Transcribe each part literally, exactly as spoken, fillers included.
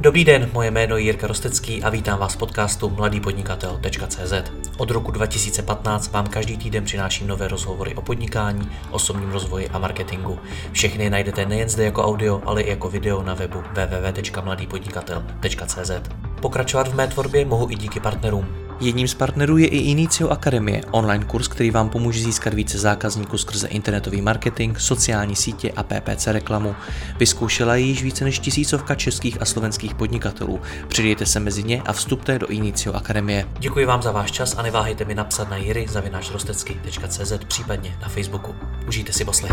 Dobrý den, moje jméno je Jirka Rostecký a vítám vás v podcastu mladý podnikatel tečka cé zet. Od roku dva tisíce patnáct vám každý týden přináším nové rozhovory o podnikání, osobním rozvoji a marketingu. Všechny najdete nejen zde jako audio, ale i jako video na webu w w w tečka mladý podnikatel tečka cé zet. Pokračovat v mé tvorbě mohu i díky partnerům. Jedním z partnerů je i Inicio Akademie, online kurz, který vám pomůže získat více zákazníků skrze internetový marketing, sociální sítě a P P C reklamu. Vyzkoušela ji již více než tisícovka českých a slovenských podnikatelů. Přidejte se mezi ně a vstupte do Inicio Akademie. Děkuji vám za váš čas a neváhejte mi napsat na jiry zavináč rostecky tečka cé zet, případně na Facebooku. Užijte si poslech.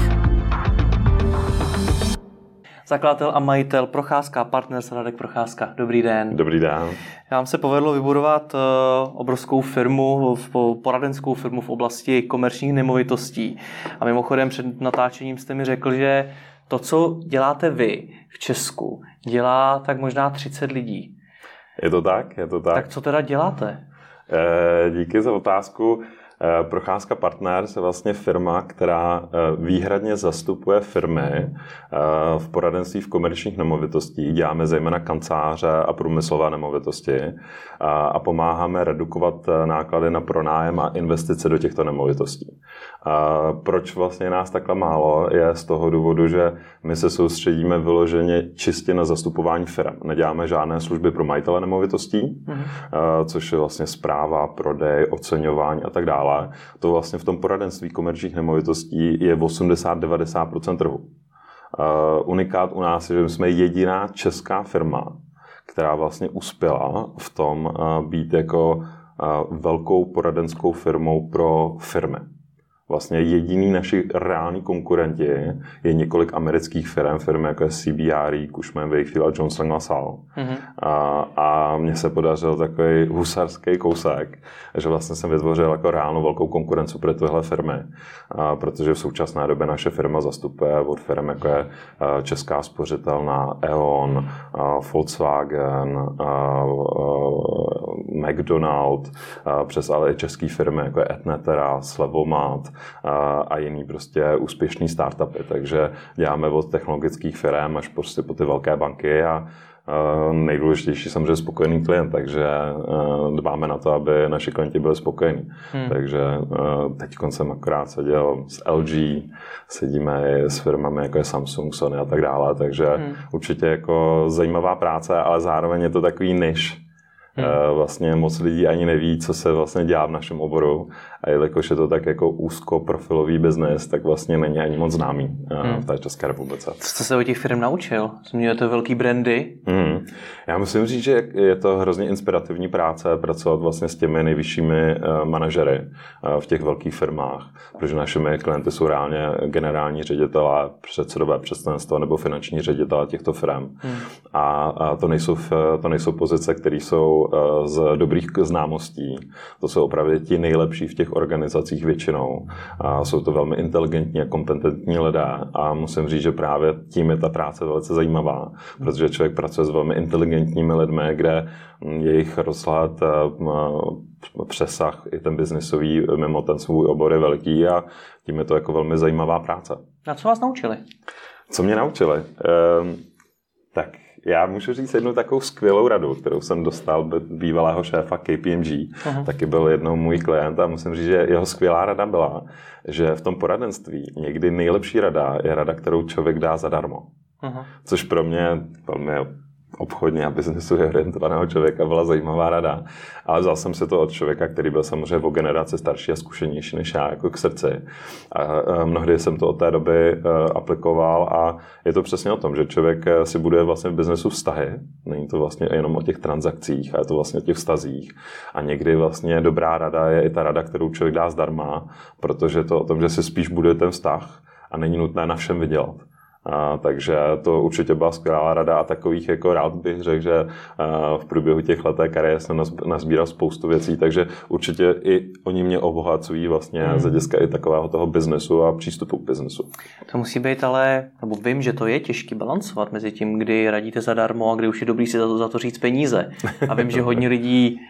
Zakladatel a majitel Procházka Partners Radek Procházka. Dobrý den. Dobrý den. Vám se povedlo vybudovat uh, obrovskou firmu, poradenskou firmu v oblasti komerčních nemovitostí. A mimochodem před natáčením jste mi řekl, že to, co děláte vy v Česku, dělá tak možná třicet lidí. Je to tak? Je to tak. Tak co teda děláte? E, díky za otázku. Procházka Partners je vlastně firma, která výhradně zastupuje firmy v poradenství v komerčních nemovitostí. Děláme zejména kanceláře a průmyslové nemovitosti a pomáháme redukovat náklady na pronájem a investice do těchto nemovitostí. Proč vlastně nás takhle málo? Je z toho důvodu, že my se soustředíme vyloženě čistě na zastupování firm. Neděláme žádné služby pro majitele nemovitostí, mhm. což je vlastně správa, prodej, oceňování a tak dále. To vlastně v tom poradenství komerčních nemovitostí je osmdesát až devadesát procent trhu. Uh, unikát u nás je, že jsme jediná česká firma, která vlastně uspěla v tom uh, být jako uh, velkou poradenskou firmou pro firmy. Vlastně jediný naši reální konkurenti je několik amerických firm, firmy jako je C B R E, Cushman Wakefield a Johnson and LaSalle. Mm-hmm. A, a mně se podařil takový husarský kousek, že vlastně jsem vytvořil jako reálnou velkou konkurenci pro tyhle firmy. A protože v současné době naše firma zastupuje od firm jako je Česká spořitelná, E O N, Volkswagen, McDonald, přes ale i české firmy jako je Etnetera, Slevomat a jiný prostě úspěšný startupy. Takže děláme od technologických firm až prostě po ty velké banky a nejdůležitější samozřejmě spokojený klient, takže dbáme na to, aby naši klienti byli spokojení. Hmm. Takže teď jsem akorát seděl s L G, sedíme i s firmami jako je Samsung, Sony a tak dále, takže hmm. určitě jako zajímavá práce, ale zároveň je to takový niž. Hmm. Vlastně moc lidí ani neví, co se vlastně dělá v našem oboru a jelikož je to tak jako úzkoprofilový biznes, tak vlastně není ani moc známý hmm. v té České republice. Co jste se o těch firm naučil? Zmiňujete velký brandy? Hmm. Já musím říct, že je to hrozně inspirativní práce pracovat vlastně s těmi nejvyššími manažery v těch velkých firmách, protože našimi klienty jsou reálně generální ředitelé, předsedové představenstva nebo finanční ředitelé těchto firm. Hmm. A to nejsou, to nejsou pozice, které jsou z dobrých známostí. To jsou opravdu ti nejlepší v těch organizacích většinou. A jsou to velmi inteligentní a kompetentní lidé a musím říct, že právě tím je ta práce velice zajímavá, protože člověk pracuje s velmi inteligentními lidmi, kde jejich rozhled, přesah i ten biznisový mimo ten svůj obor je velký a tím je to jako velmi zajímavá práce. A co vás naučili? Co mě naučili? Ehm, tak já můžu říct jednu takovou skvělou radu, kterou jsem dostal bývalého šéfa K P M G. Uh-huh. Taky byl jednou můj klient a musím říct, že jeho skvělá rada byla, že v tom poradenství někdy nejlepší rada je rada, kterou člověk dá zadarmo. Uh-huh. Což pro mě velmi obchodně a biznesově orientovaného člověka byla zajímavá rada. Ale vzal jsem si to od člověka, který byl samozřejmě o generaci starší a zkušenější než já, jako k srdci. A mnohdy jsem to od té doby aplikoval a je to přesně o tom, že člověk si buduje vlastně v biznesu vztahy. Není to vlastně jenom o těch transakcích, ale je to vlastně o těch vztazích. A někdy vlastně dobrá rada je i ta rada, kterou člověk dá zdarma, protože to o tom, že si spíš buduje ten vztah a není nutné na všem vydělat. A, takže to určitě byla skvělá rada a takových jako rád bych řekl, že a, v průběhu těch leté kariéry jsem nazbíral spoustu věcí, takže určitě i oni mě obohacují vlastně hmm. z hlediska i takového toho biznesu a přístupu k biznesu. To musí být ale, nebo vím, že to je těžký balancovat mezi tím, kdy radíte zadarmo a kdy už je dobrý si za to, za to říct peníze. A vím, že hodně lidí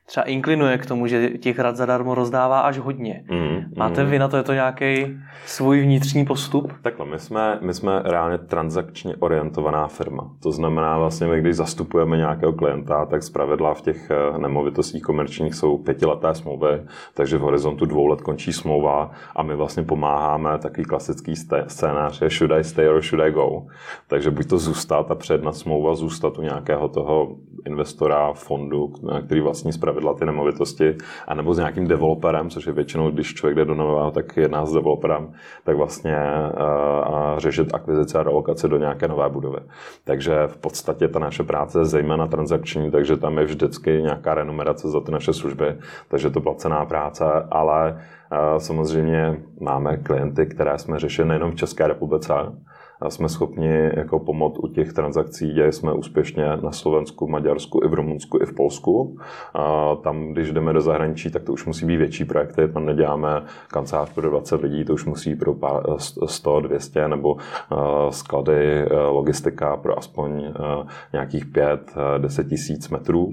třeba inklinuje k tomu, že těch rad zadarmo rozdává až hodně. Mm, Máte mm. vy na to, je to nějaký svůj vnitřní postup? Takhle, my jsme, my jsme reálně transakčně orientovaná firma. To znamená vlastně, my když zastupujeme nějakého klienta, tak zpravidla v těch nemovitostích komerčních jsou pětileté smlouvy, takže v horizontu dvou let končí smlouva a my vlastně pomáháme takový klasický scénář je should I stay or should I go. Takže buď to zůstat a přednat smlouva, zůstat u nějakého toho investora, fondu, který vlastní zpravidla ty nemovitosti, anebo s nějakým developerem, což je většinou, když člověk jde do nového, tak jedná s developerem, tak vlastně uh, řešit akvizice a relokaci do nějaké nové budovy. Takže v podstatě ta naše práce je zejména transakční, takže tam je vždycky nějaká renumerace za ty naše služby, takže to placená práce, ale uh, samozřejmě máme klienty, které jsme řešili nejenom v České republice, a jsme schopni jako pomoct u těch transakcí, kde jsme úspěšně na Slovensku, Maďarsku, i v Rumunsku, i v Polsku. A tam, když jdeme do zahraničí, tak to už musí být větší projekty. Tam neděláme kancelář pro dvacet lidí, to už musí pro sto, dvě stě nebo sklady, logistika pro aspoň nějakých pět, deset tisíc metrů.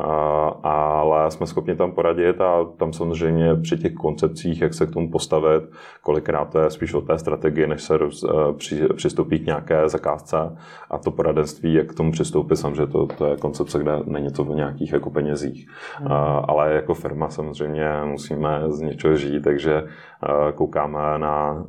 Ale jsme schopni tam poradit a tam samozřejmě při těch koncepcích, jak se k tomu postavit, kolikrát to je spíš o té strategii, než se při přistoupí k nějaké zakázce a to poradenství, jak k tomu přistoupit, samozřejmě to, to je koncepce, kde není to v nějakých jako penězích. Hmm. Ale jako firma samozřejmě musíme z něčeho žít, takže koukáme na,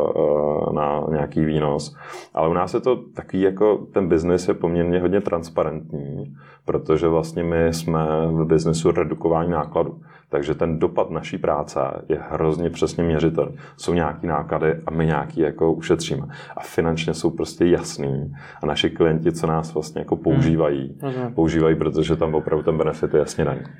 na nějaký výnos. Ale u nás je to takový, jako ten biznis je poměrně hodně transparentní, protože vlastně my jsme v biznesu redukování nákladů. Takže ten dopad naší práce je hrozně přesně měřitelný. Jsou nějaký náklady a my nějaký jako ušetříme. A finančně jsou prostě jasný. A naši klienti, co nás vlastně jako používají, hmm. používají, protože tam opravdu ten benefit je jasně daný.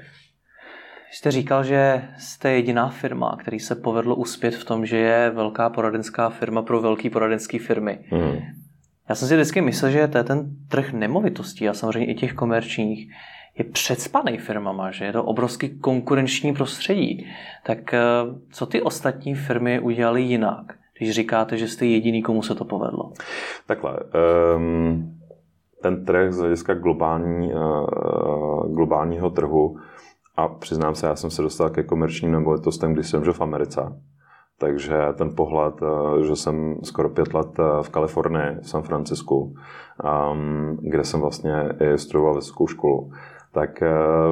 Jste říkal, že jste jediná firma, který se povedlo uspět v tom, že je velká poradenská firma pro velké poradenské firmy. Hmm. Já jsem si vždycky myslel, že to je ten trh nemovitostí a samozřejmě i těch komerčních je předspanej firmama, že je to obrovský konkurenční prostředí. Tak co ty ostatní firmy udělaly jinak, když říkáte, že jste jediný, komu se to povedlo? Takhle, um, ten trh z hlediska globální, uh, globálního trhu, a přiznám se, já jsem se dostal ke komerčním nemovitostem, když jsem žil v Americe. Takže ten pohled, že jsem skoro pět let v Kalifornii, v San Francisku, um, kde jsem vlastně i studoval vysokou školu, tak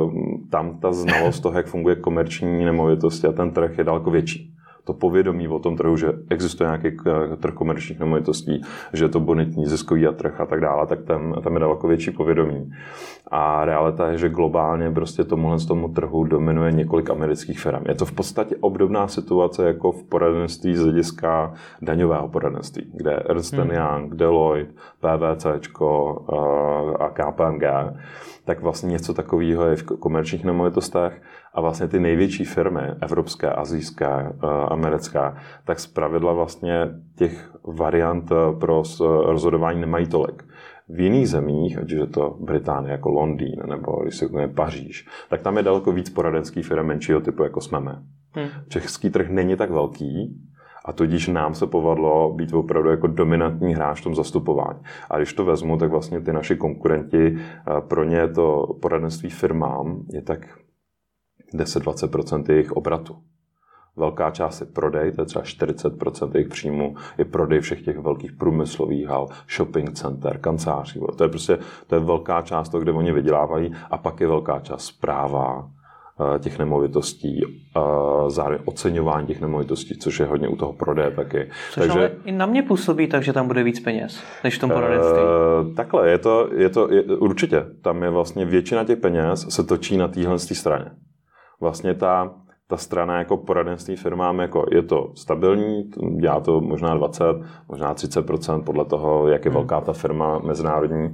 tam ta znalost toho, jak funguje komerční nemovitosti a ten trh je daleko větší. To povědomí o tom trhu, že existuje nějaký trh komerčních nemovitostí, že je to bonitní, ziskový a trh a tak dále, tak tam, tam je daleko větší povědomí. A realita je, že globálně prostě tomuhle z tomu trhu dominuje několik amerických firm. Je to v podstatě obdobná situace jako v poradenství z hlediska daňového poradenství, kde Ernst and Young, Deloitte, PwCčko a K P M G, tak vlastně něco takového je v komerčních nemovitostech a vlastně ty největší firmy, evropské, asijské, americké, tak zpravidla vlastně těch variant pro rozhodování nemají tolik. V jiných zemích, ať je to Británie jako Londýn, nebo když se jmenuje Paříž, tak tam je daleko víc poradenských firm menšího typu, jako jsme my. Hmm. Český trh není tak velký, a tudíž nám se povedlo být opravdu jako dominantní hráč v tom zastupování. A když to vezmu, tak vlastně ty naši konkurenti, pro ně to poradenství firmám je tak deset až dvacet procent jejich obratu. Velká část je prodej, to je třeba čtyřicet procent jejich příjmu, je prodej všech těch velkých průmyslových hal, shopping center, kanceláří. To je prostě to je velká část toho, kde oni vydělávají, a pak je velká část správa těch nemovitostí, zároveň oceňování těch nemovitostí, což je hodně u toho prodeje taky. Což takže ale i na mě působí tak, že tam bude víc peněz, než v tom poradenství. Uh, takhle, je to, je to je, určitě. Tam je vlastně většina těch peněz se točí na téhle straně. Vlastně ta Ta strana jako poradenství firmám, jako je to stabilní, dělá to možná dvacet, možná třicet procent podle toho, jak je velká ta firma mezinárodní.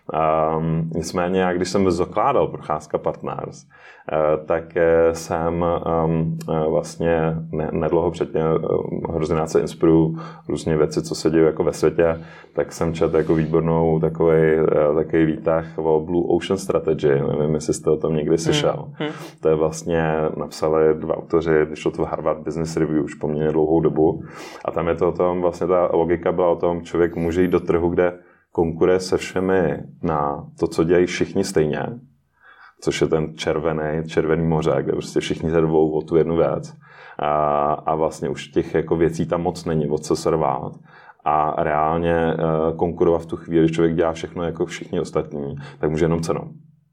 Um, nicméně, já když jsem zakládal Procházka Partners, uh, tak jsem um, vlastně ne, nedlouho předtím, uh, hrozně rád se inspiruju různě věci, co se dějí jako ve světě, tak jsem četl jako výbornou takový, uh, takový výtah o Blue Ocean Strategy. Nevím, jestli jste o tom někdy slyšel. Hmm. To je vlastně, napsali dva autoři, vyšlo to v Harvard Business Review už poměrně dlouhou dobu. A tam je to o tom, vlastně ta logika byla o tom, člověk může jít do trhu, kde konkuruje se všemi na to, co dělají všichni stejně. což je ten červený, červený moře, kde prostě všichni se dvou o tu jednu věc. A, a vlastně už těch jako věcí tam moc není, o co se rvát. A reálně konkurovat v tu chvíli, když člověk dělá všechno jako všichni ostatní, tak může jenom cenou.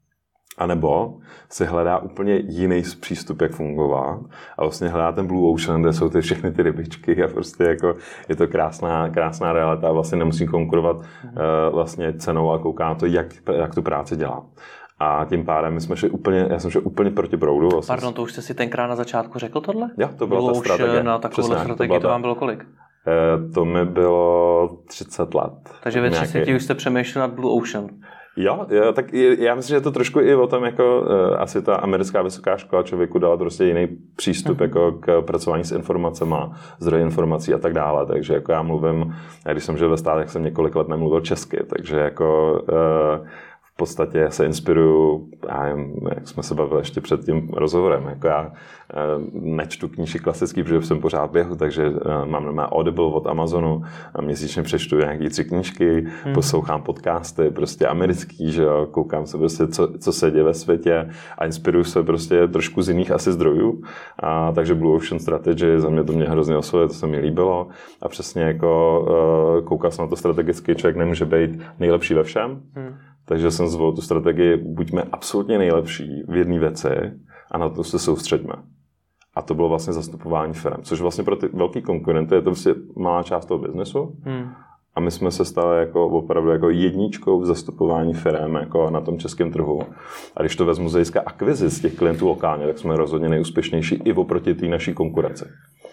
A nebo si hledá úplně jiný přístup, jak fungovat. A vlastně hledá ten Blue Ocean, kde jsou ty všechny ty rybičky a prostě jako je to krásná, krásná realita a vlastně nemusím konkurovat mm. uh, vlastně cenou a kouká na to, jak, jak tu práci dělá. A tím pádem my jsme šli úplně, já jsem šel úplně proti proudu. Vlastně. Pardon, to už jste si tenkrát na začátku řekl tohle? Jo, to byla Blue ta strategie. Na takovou strategii, to, to vám bylo kolik? Uh, to mi bylo třicet let. Takže ve třiceti už jste přemýšleli nad Blue Ocean. Jo, jo, tak já myslím, že je to trošku i o tom, jako uh, asi ta americká vysoká škola člověku dala prostě jiný přístup uh-huh. jako k pracování s informacemi, zdroje informací a tak dále, takže jako já mluvím, když jsem žil ve státech, jsem několik let nemluvil česky, takže jako uh, v podstatě se inspiruju, já jim, jak jsme se bavili ještě před tím rozhovorem, jako já nečtu knížky klasický, protože jsem pořád běhu, takže mám na Audible od Amazonu a měsíčně přečtu nějaký tři knížky, hmm. poslouchám podcasty, prostě americký, že jo, koukám se prostě, co, co se děje ve světě a inspiruju se prostě trošku z jiných asi zdrojů. A takže Blue Ocean Strategy, za mě to mě hrozně oslovilo, to se mi líbilo a přesně jako koukal jsem na to strategicky, člověk nemůže být nejlepší ve všem, hmm. takže jsem zvolil tu strategii, buďme absolutně nejlepší v jedné věci a na to se soustředíme. A to bylo vlastně zastupování firm, což vlastně pro ty velký konkurenty je to vlastně malá část toho biznesu. Hmm. A my jsme se stali jako opravdu jako jedničkou v zastupování firm jako na tom českém trhu. A když to vezmu z hlediska akvizic těch klientů lokálně, tak jsme rozhodně nejúspěšnější i oproti té naší konkurenci.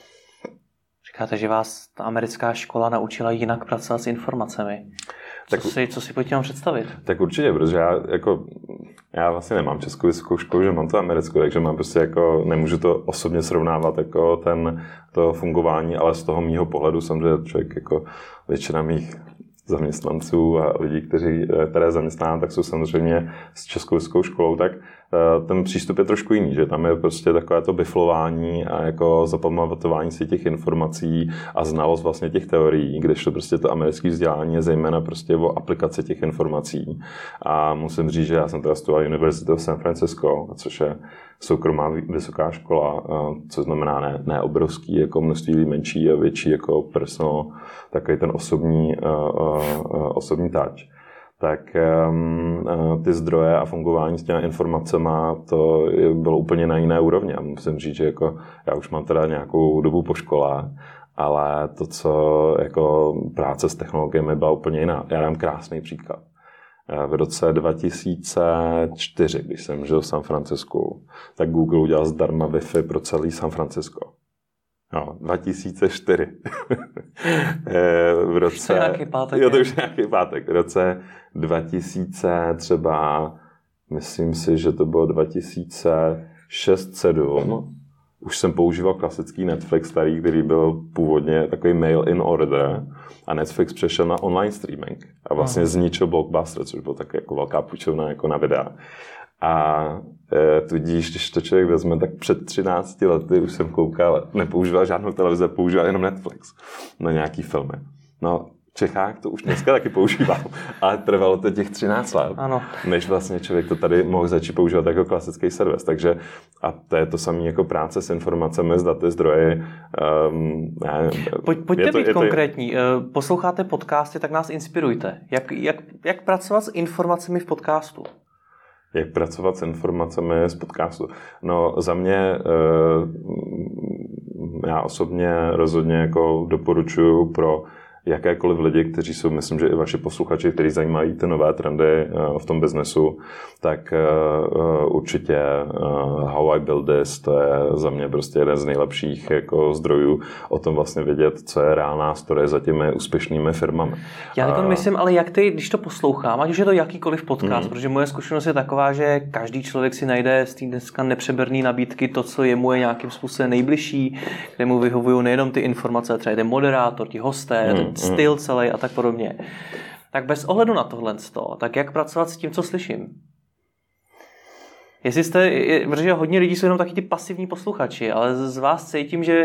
Říkáte, že vás ta americká škola naučila jinak pracovat s informacemi. Co, tak, si, co si pojď mám představit? Tak určitě, protože já, jako, já vlastně nemám českou vysokou školu, že mám to americkou, takže mám prostě jako, nemůžu to osobně srovnávat jako ten, to fungování, ale z toho mýho pohledu samozřejmě člověk jako většina mých zaměstnanců a lidí, kteří, které zaměstnám, tak jsou samozřejmě s českou vysokou školou, tak ten přístup je trošku jiný, že tam je prostě takové to biflování a jako zapamatování si těch informací a znalost vlastně těch teorií, kdežto prostě to americké vzdělání je zejména prostě o aplikaci těch informací. A musím říct, že já jsem teda studoval University of San Francisco, což je soukromá vysoká škola, což znamená ne, ne obrovský, jako množství menší a větší jako personal, takový ten osobní, osobní touch. Tak um, ty zdroje a fungování s těmi informacemi, to bylo úplně na jiné úrovni. A musím říct, že jako, já už mám teda nějakou dobu po škole, ale to, co jako práce s technologiemi byla úplně jiná. Já dám krásný příklad. V roce dva tisíce čtyři, když jsem žil v San Francisku, tak Google udělal zdarma Wi-Fi pro celý San Francisco. No, dva tisíce čtyři. v roce... To je nějaký pátek. Jo, to už je nějaký pátek. V roce dva tisíce třeba, myslím si, že to bylo dva tisíce šest sedm, už jsem používal klasický Netflix starý, který byl původně takový mail in order a Netflix přešel na online streaming a vlastně zničil Blockbuster, což byl tak jako velká půjčovna jako na videa. A e, tudíž, když to člověk vezme, tak před třinácti lety už jsem koukal, nepoužíval žádnou televizi, používal jenom Netflix na nějaký filmy. No, v Čechách to už dneska taky používám, ale trvalo to těch třináct let, ano. než vlastně člověk to tady mohl začít používat jako klasický servis. Takže a to je to samé jako práce s informacemi, s daty, zdroji. Um, ne, Pojď, pojďte to, být konkrétní. To... Posloucháte podcasty, tak nás inspirujte. Jak, jak, jak pracovat s informacemi v podcastu? Jak pracovat s informacemi z podcastu? No za mě, já osobně rozhodně jako doporučuji pro jakékoliv lidi, kteří jsou, myslím, že i vaši posluchači, kteří zajímají ty nové trendy v tom biznesu, tak určitě How I Build This, to je za mě prostě jeden z nejlepších jako zdrojů o tom vlastně vědět, co je reálná story za těmi úspěšnými firmami. Já teď myslím, ale jak ty, když to poslouchám, ať už je to jakýkoliv podcast, mm. protože moje zkušenost je taková, že každý člověk si najde z té dneska nepřeberné nabídky to, co jemu je nějakým způsobem nejbližší, kde mu vyhovují nejenom ty informace, třeba ten moderátor, ti hosté, mm. styl celý a tak podobně. Tak bez ohledu na tohle, tak jak pracovat s tím, co slyším? Jestli jste, protože hodně lidí jsou jenom taky ty pasivní posluchači, ale z vás cítím, že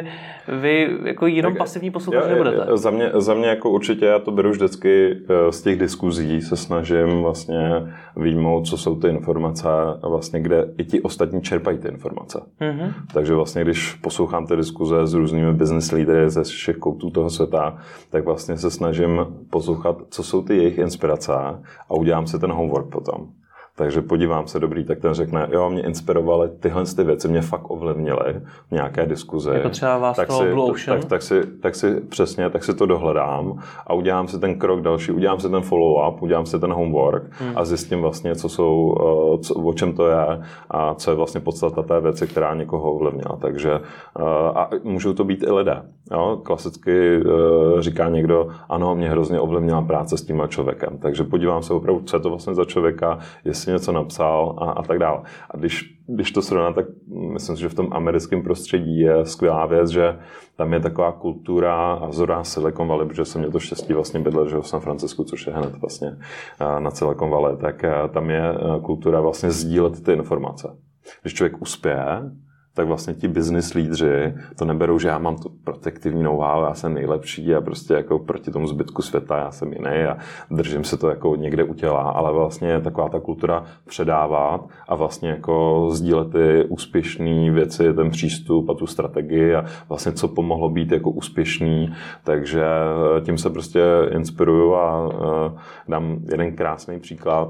vy jako jenom tak pasivní posluchači nebudete. Za mě, za mě jako určitě, já to beru vždycky z těch diskuzí, se snažím vlastně výjmout, co jsou ty informace a vlastně kde i ti ostatní čerpají ty informace. Mm-hmm. Takže vlastně, když poslouchám ty diskuze s různými business leadery ze všech koutů toho světa, tak vlastně se snažím poslouchat, co jsou ty jejich inspirace a udělám si ten homework potom. Takže podívám se, dobrý, tak ten řekne, jo, mě inspirovaly tyhle ty věci, mě fakt ovlivnily v nějaké diskuzi. Jako třeba vás tak toho si, Blue Ocean? Tak, tak, si, tak si přesně, tak si to dohledám a udělám si ten krok další, udělám si ten follow-up, udělám si ten homework hmm. a zjistím vlastně, co jsou, co, o čem to je a co je vlastně podstata té věci, která někoho ovlivnila. Takže a můžou to být i lidé. Jo? Klasicky říká někdo, ano, mě hrozně ovlivnila práce s tímhle člověkem. Takže podívám se opravdu, co je to vlastně za člověka, jestli něco napsal a, a tak dále. A když, když to srovná, tak myslím si, že v tom americkém prostředí je skvělá věc, že tam je taková kultura a zrovna Silicon Valley, protože jsem měl to štěstí vlastně bydlet, že v San Francisku, což je hned vlastně na Silicon Valley, tak tam je kultura vlastně sdílet ty informace. Když člověk uspěje, tak vlastně ti business lídři to neberou, že já mám to protektivní know-how, já jsem nejlepší a prostě jako proti tomu zbytku světa já jsem jiný a držím se to jako někde u těla, ale vlastně taková ta kultura předávat a vlastně jako sdílet ty úspěšné věci, ten přístup a tu strategii a vlastně co pomohlo být jako úspěšný, takže tím se prostě inspiruju a dám jeden krásný příklad.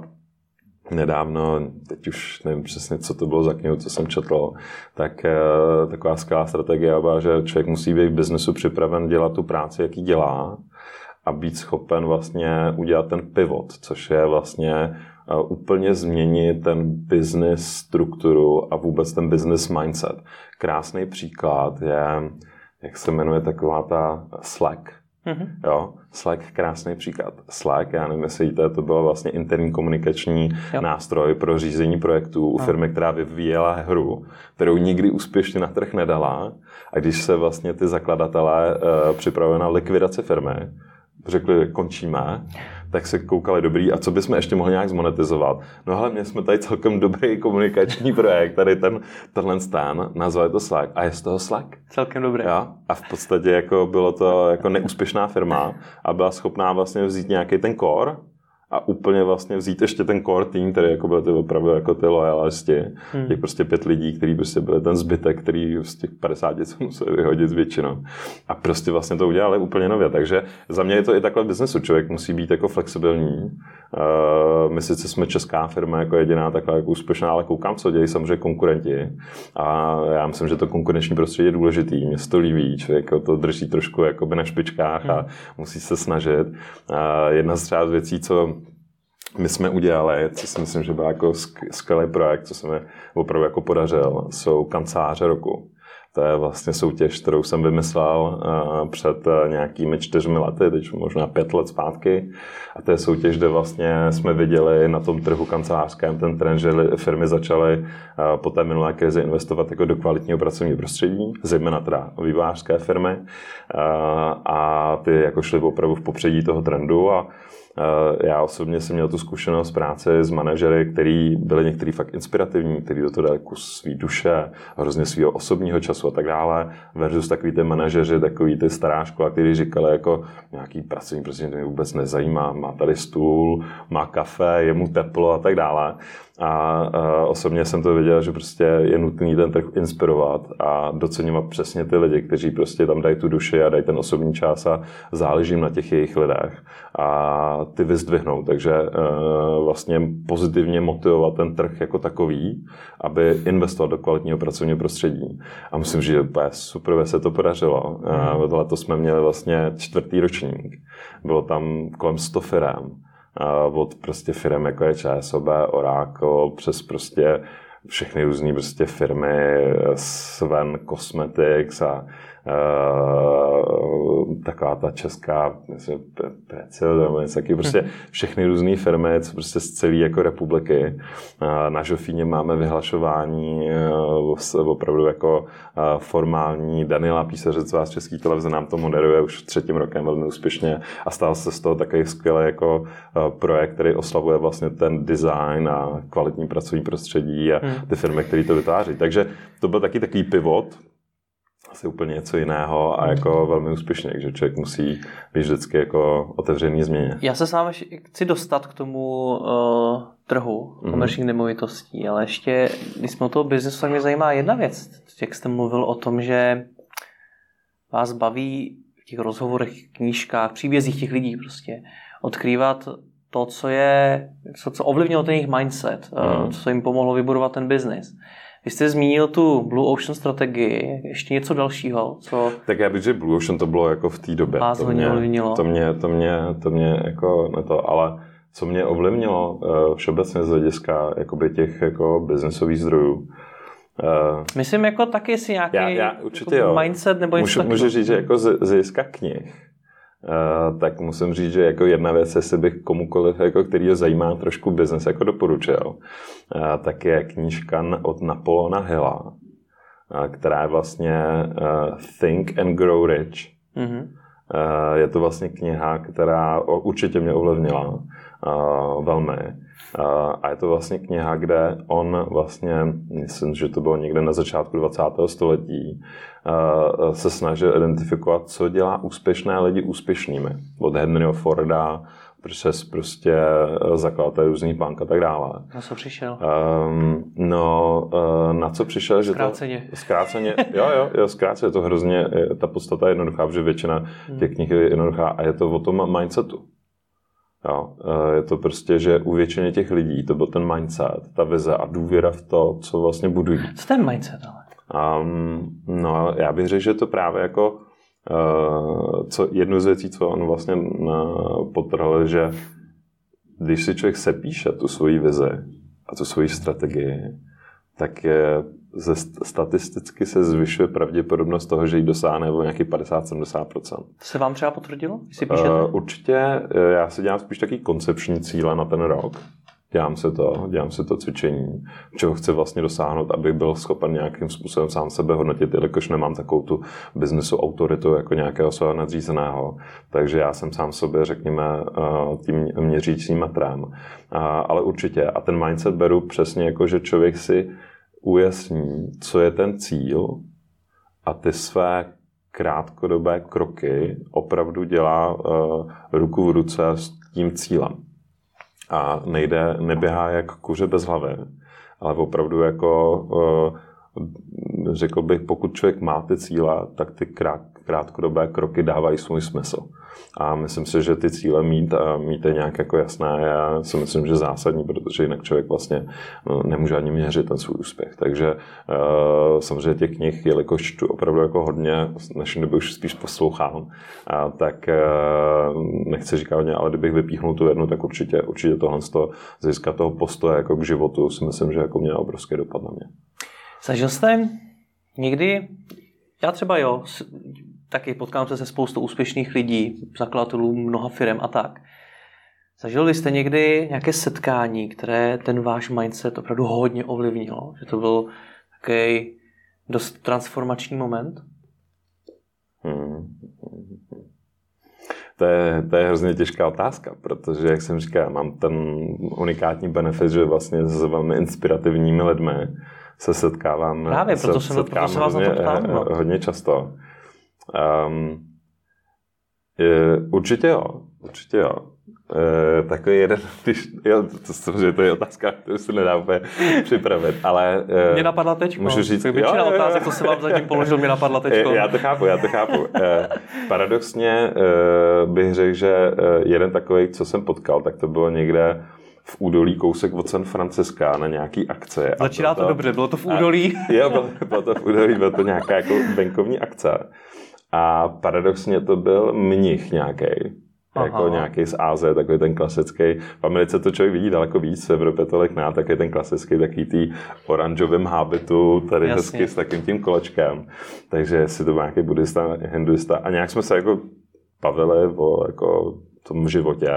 Nedávno, teď už nevím přesně, co to bylo za knihu, co jsem četl, tak e, taková skvělá strategie byla, že člověk musí být v biznesu připraven dělat tu práci, jaký dělá a být schopen vlastně udělat ten pivot, což je vlastně e, úplně změnit ten business strukturu a vůbec ten business mindset. Krásný příklad je, jak se jmenuje taková ta Slack. Mm-hmm. Jo, Slack, krásný příklad. Slack, já nevím, jestli víte, to byl vlastně interní komunikační jo. nástroj pro řízení projektů u firmy, která vyvíjela hru, kterou nikdy úspěšně na trh nedala. A když se vlastně ty zakladatelé uh, připravili na likvidaci firmy, řekli, končíme, tak se koukali dobrý, a co bychom ještě mohli nějak zmonetizovat. No ale měli jsme tady celkem dobrý komunikační projekt, tady ten, tenhle stan, nazvali to Slack a je z toho Slack. Celkem dobrý. Ja? A v podstatě jako bylo to jako neúspěšná firma a byla schopná vlastně vzít nějaký ten core a úplně vlastně vzít ještě ten core tým, který jako byl ty opravdu jako ty lojalisti, hmm. těch prostě pět lidí, kteří prostě byli ten zbytek, který z těch padesáti se museli vyhodit většinou. A prostě vlastně to udělali úplně nově. Takže za mě je to i takhle v biznesu. Člověk musí být jako flexibilní. Uh, my sice jsme česká firma jako jediná takhle jako úspěšná, ale koukám, co dělají samozřejmě konkurenti. A já myslím, že to konkurenční prostředí je důležitý. Mě se to líbí. Člověk to drží trošku jakoby na špičkách hmm. a musí se snažit. Uh, jedna z třeba věcí, co my jsme udělali, co si myslím, že byl jako skvělý projekt, co se mi opravdu jako podařil, jsou kanceláře roku. To je vlastně soutěž, kterou jsem vymyslel před nějakými čtyřmi lety, teď možná pět let zpátky. A to je soutěž, kde vlastně jsme viděli na tom trhu kancelářském ten trend, že firmy začaly po té minulé krizi investovat jako do kvalitního pracovního prostředí, zejména teda vývojářské firmy. A ty jako šly opravdu v popředí toho trendu. A já osobně jsem měl tu zkušenost práce s manažery, který byli některý fakt inspirativní, který do toho dali kus svý duše, hrozně svého osobního času a tak dále, versus takový ty manažeři, takový ty stará škola, kteří říkali jako nějaký pracovní prostředí, to mě vůbec nezajímá, má tady stůl, má kafe, je mu teplo a tak dále. A, a osobně jsem to viděl, že prostě je nutný ten trh inspirovat a doceňovat přesně ty lidi, kteří prostě tam dají tu duši a dají ten osobní čas a záleží na těch jejich lidech a ty vyzdvihnout. Takže e, vlastně pozitivně motivovat ten trh jako takový, aby investoval do kvalitního pracovního prostředí. A myslím, že super se to podařilo. Mm. E, letos jsme měli vlastně čtvrtý ročník. Bylo tam kolem sto firem. Od prostě firm jako je ČSOB, Oracle, přes prostě všechny různý prostě firmy, Sven Cosmetics a uh, taková ta česká, myslím, Precel, taky prostě všechny různé firmy, co prostě z celé jako republiky. Uh, na Žofíně máme vyhlašování uh, opravdu jako uh, formální. Daniela Písařecová z České televize nám to moderuje už třetím rokem velmi úspěšně a stal se z toho takový skvělý jako uh, projekt, který oslavuje vlastně ten design a kvalitní pracovní prostředí a hmm. ty firmy, které to vytváří. Takže to byl taky takový pivot, asi úplně něco jiného a jako velmi úspěšně, takže člověk musí být vždycky jako otevřený změně. Já se sám chci dostat k tomu uh, trhu komerčních mm-hmm. nemovitostí, ale ještě, když jsme o toho biznesu, tak mě zajímá jedna věc. Jak jste mluvil o tom, že vás baví v těch rozhovorech, knížkách, příbězích těch lidí prostě odkrývat to, co je, co, co ovlivnilo ten jejich mindset, mm. co jim pomohlo vybudovat ten biznis. Vy jste zmínil tu Blue Ocean strategii, ještě něco dalšího, co... Tak já bych řekl, Blue Ocean to bylo jako v té době. To mě, to mě, to mě, to mě jako ne to, ale co mě ovlivnilo všeobecně z hlediska jakoby těch jako biznesových zdrojů. Myslím jako taky si nějaký já, já, určitě jako mindset nebo něco takového. Můžu říct, že jako z, z hlediska knih, Uh, tak musím říct, že jako jedna věc, jestli bych komukoliv, jako, který ho zajímá trošku biznes, jako doporučil, uh, tak je knížka od Napoleona Hilla, uh, která je vlastně uh, Think and Grow Rich. Mm-hmm. Uh, je to vlastně kniha, která určitě mě ovlivnila uh, velmi. Uh, a je to vlastně kniha, kde on vlastně, myslím, že to bylo někde na začátku dvacátého století, uh, se snažil identifikovat, co dělá úspěšné lidi úspěšnými. Od Henryho Forda přes prostě zakladatel různých bank a tak dále. Na co přišel? Um, no, uh, na co přišel, že zkráceně. to... Zkráceně. Jo, jo, jo, zkráceně je to hrozně, ta podstata je jednoduchá, protože většina těch knih je jednoduchá a je to o tom mindsetu. Jo, je to prostě, že u většiny těch lidí to byl ten mindset, ta vize a důvěra v to, co vlastně budují. Co ten mindset ale? Um, no, já bych řekl, že to právě jako uh, co, jednu z věcí, co on vlastně uh, podtrhl, že když si člověk sepíše tu svoji vizi a tu svoji strategii, tak je, ze statisticky se zvyšuje pravděpodobnost toho, že jí dosáhne o nějaký padesát až sedmdesát procent. To se vám třeba potvrdilo? Si píšete? Uh, určitě, já si dělám spíš taky koncepční cíle na ten rok. Dělám si to, dělám si to cvičení, čeho chci vlastně dosáhnout, abych byl schopen nějakým způsobem sám sebe hodnotit, jelikož nemám takovou tu biznesu autoritu jako nějakého svého nadřízeného. Takže já jsem sám sobě, řekněme, tím měřícím metrem. Ale určitě. A ten mindset beru přesně jako, že člověk si ujasní, co je ten cíl a ty své krátkodobé kroky opravdu dělá ruku v ruce s tím cílem. A nejde, neběhá jak kuře bez hlavy, ale opravdu jako, řekl bych, pokud člověk má ty cíle, tak ty krát, krátkodobé kroky dávají svůj smysl. A myslím si, že ty cíle mít a mít je nějak jako jasné, já si myslím, že zásadní, protože jinak člověk vlastně nemůže ani měřit ten svůj úspěch. Takže uh, samozřejmě těch knih, jelikož čtu opravdu jako hodně, v dnešní době už spíš poslouchám, a tak uh, nechci říkat hodně, ale kdybych vypíchnul tu jednu, tak určitě, určitě tohle z toho získat toho postoje jako k životu si myslím, že jako měla obrovský dopad na mě. Zažil jste někdy, já třeba jo, taky potkám se se spoustou úspěšných lidí, zakladatelů mnoha firem a tak. Zažili jste někdy nějaké setkání, které ten váš mindset opravdu hodně ovlivnilo? Že to byl takový dost transformační moment? Hmm. To je, to je hrozně těžká otázka, protože, jak jsem říkal, mám ten unikátní benefit, že vlastně s velmi inspirativními lidmi se setkávám. Právě, proto se, proto se vás na to ptám. No. Hodně často. Um, je, určitě jo, určitě jo. E, takový jeden, když, jo, to, to, to je otázka, kterou se nedá úplně připravit, ale... E, mě napadla teďko. Můžu říct, většina otázek, co jsem vám zatím položil, mě napadla teďko. Já to chápu, já to chápu. E, paradoxně e, bych řekl, že jeden takový, co jsem potkal, tak to bylo někde v údolí kousek od San Franciska na nějaký akce. Začíná to, to dobře, bylo to v údolí? A, jo, bylo, bylo to v údolí, bylo to nějaká jako venkovní akce. A paradoxně to byl mnich nějaký. jako nějaký z Ázie, takový ten klasický. V Americe to člověk vidí daleko víc, v Evropě tolik ne, tak je ten klasický takový tý oranžovým hábitu, tady Jasně. hezky s takým tím kolečkem. Takže jestli to má nějaký buddhista, hinduista a nějak jsme se jako bavili o jako tom životě.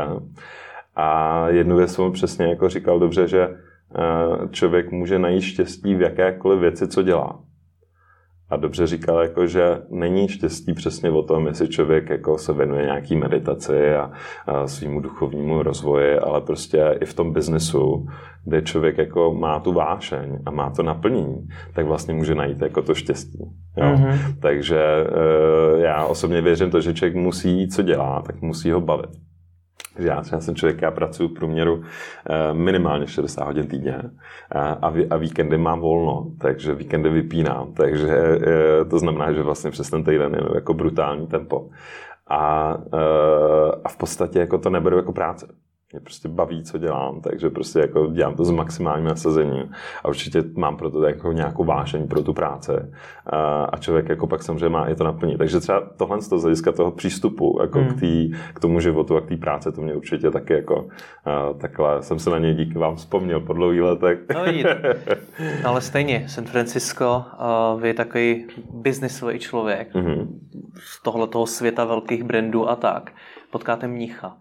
A jednu věc jsem přesně jako říkal dobře, že člověk může najít štěstí v jakékoliv věci, co dělá. A dobře říkal, jako, že není štěstí přesně o tom, jestli člověk jako se věnuje nějaký meditaci a, a svýmu duchovnímu rozvoji, ale prostě i v tom biznesu, kde člověk jako má tu vášeň a má to naplnění, tak vlastně může najít jako to štěstí. Jo? Mm-hmm. Takže e, já osobně věřím to, že člověk musí, co dělá, tak musí ho bavit. Já, já jsem člověk, já pracuji v průměru minimálně šedesát hodin týdně a, a víkendy mám volno, takže víkendy vypínám, takže to znamená, že vlastně přes ten týden je jako brutální tempo. A, a v podstatě jako to neberu jako práce. Mě prostě baví, co dělám, takže prostě jako dělám to s maximálním nasazením a určitě mám pro to jako nějakou vášeň pro tu práci a, a člověk jako pak samozřejmě má i to naplnit. Takže třeba tohle z toho hlediska toho přístupu jako hmm. k, tý, k tomu životu a k té práci, to mě určitě taky jako a, takhle jsem se na něj díky vám vzpomněl po dlouhých letech. No vidíte, ale stejně San Francisco, uh, vy takový biznisový člověk mm-hmm. z tohletoho světa velkých brandů a tak, potkáte mnicha.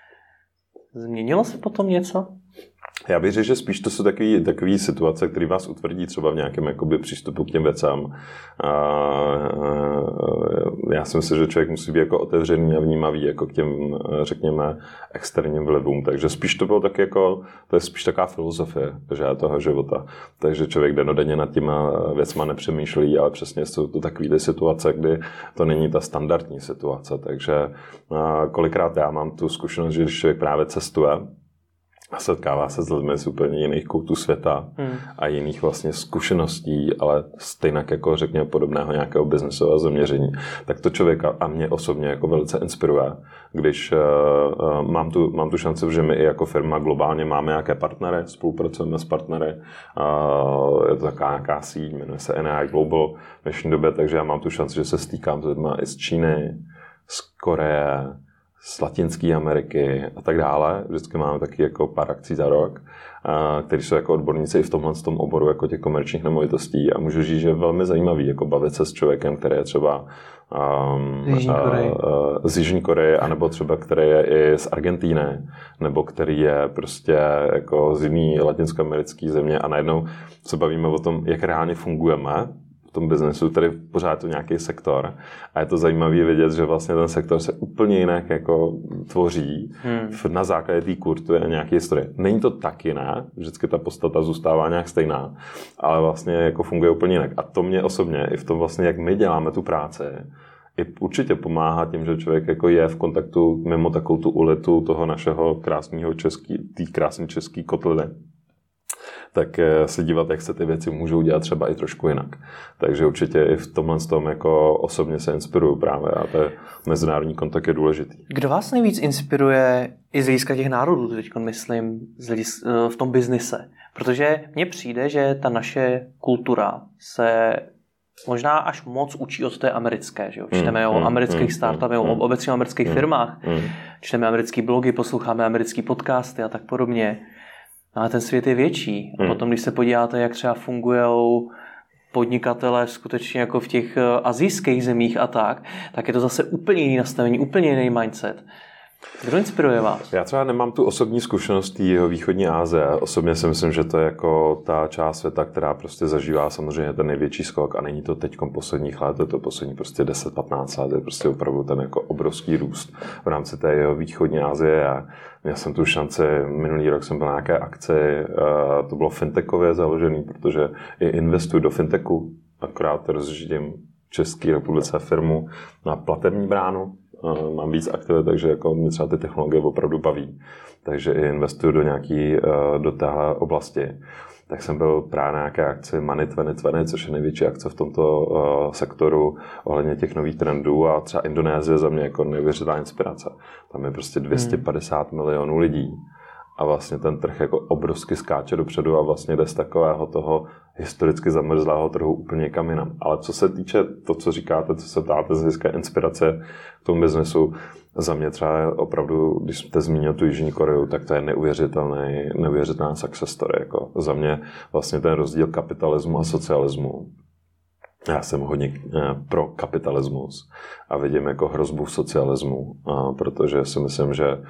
Změnilo se potom něco? Já bych řekl, že spíš to jsou takový, takový situace, které vás utvrdí třeba v nějakém jakoby, přístupu k těm věcem. A, a, já si myslím, že člověk musí být jako otevřený a vnímavý jako k těm, řekněme, externím vlivům. Takže spíš to bylo tak jako, to je spíš taková filozofie, že toho života. Takže člověk dennodenně nad těma věcma nepřemýšlí, ale přesně jsou to takové situace, kdy to není ta standardní situace. Takže a, kolikrát já mám tu zkušenost, že když člověk právě cestuje, a setkává se s lidmi z úplně jiných koutů světa hmm. a jiných vlastně zkušeností, ale stejně jako řekněme podobného nějakého biznesového zaměření, tak to člověka a mě osobně jako velice inspiruje, když uh, mám, tu, mám tu šanci, že my i jako firma globálně máme nějaké partnery, spolupracujeme s partnery, uh, je to taková nějaká síť, jmenuje se N A I Global v dnešní době, takže já mám tu šanci, že se stýkám s lidmi i z Číny, z Koreje, z Latinské Ameriky a tak dále. Vždycky máme taky jako pár akcí za rok, kteří jsou jako odborníci i v tomhle tom oboru jako těch komerčních nemovitostí a můžu říct, že je velmi zajímavý jako bavit se s člověkem, který je třeba um, z, Jižní uh, z Jižní Koreje, anebo třeba který je i z Argentíny, nebo který je prostě jako z jiný latinskoamerický země a najednou se bavíme o tom, jak reálně fungujeme v tom biznesu, tady pořád to nějaký sektor a je to zajímavé vidět, že vlastně ten sektor se úplně jinak jako tvoří hmm. na základě té kurtu je nějaký historie. Není to tak jiné, vždycky ta podstata zůstává nějak stejná, ale vlastně jako funguje úplně jinak. A to mě osobně i v tom vlastně, jak my děláme tu práci, i určitě pomáhá tím, že člověk jako je v kontaktu mimo takovou tu ulitu toho našeho krásného český, té krásné české kotliny. Tak se dívat, jak se ty věci můžou dělat třeba i trošku jinak. Takže určitě i v tomhle tom jako osobně se inspiruju právě a ten mezinárodní kontakt je důležitý. Kdo vás nejvíc inspiruje i z hlediska těch národů, teď myslím, v tom biznise? Protože mně přijde, že ta naše kultura se možná až moc učí od té americké. Že jo? Čteme mm, o amerických mm, startupech, mm, o obecně o amerických mm, firmách, mm. čteme americké blogy, posloucháme americké podcasty a tak podobně. Ale ten svět je větší. A potom, když se podíváte, jak třeba fungují podnikatelé skutečně jako v těch asijských zemích a tak, tak je to zase úplně jiný nastavení, úplně jiný mindset. Kdo inspiruje vás? Já třeba nemám tu osobní zkušenost jeho východní Asie. Osobně si myslím, že to je jako ta část světa, která prostě zažívá samozřejmě ten největší skok a není to teďkom posledních let, je to poslední prostě deset patnáct let, je prostě opravdu ten jako obrovský růst v rámci té jeho východní Asie. A měl jsem tu šanci, minulý rok jsem byl na nějaké akci, to bylo fintechově založený, protože i investuju do fintechu, akorát rozjíždím v České republice firmu na platební bránu. Mám víc aktivit, takže jako mě třeba ty technologie opravdu baví. Takže i investuju do nějaký, do téhle oblasti. Tak jsem byl právě na nějaké akci Money dvacet dvacet, což je největší akce v tomto uh, sektoru ohledně těch nových trendů a třeba Indonésie za mě jako neuvěřitelná inspirace. Tam je prostě dvě stě padesát hmm. milionů lidí a vlastně ten trh jako obrovsky skáče dopředu a vlastně jde z takového toho historicky zamrzlého trhu úplně někam jinam. Ale co se týče to, co říkáte, co se ptáte z hlediska inspirace k tomu biznesu, za mě třeba opravdu, když jste zmínil tu Jižní Koreu, tak to je neuvěřitelný, neuvěřitelná success story. Jako za mě vlastně ten rozdíl kapitalismu a socialismu. Já jsem hodně pro kapitalismus a vidím jako hrozbu socialismu, protože si myslím, že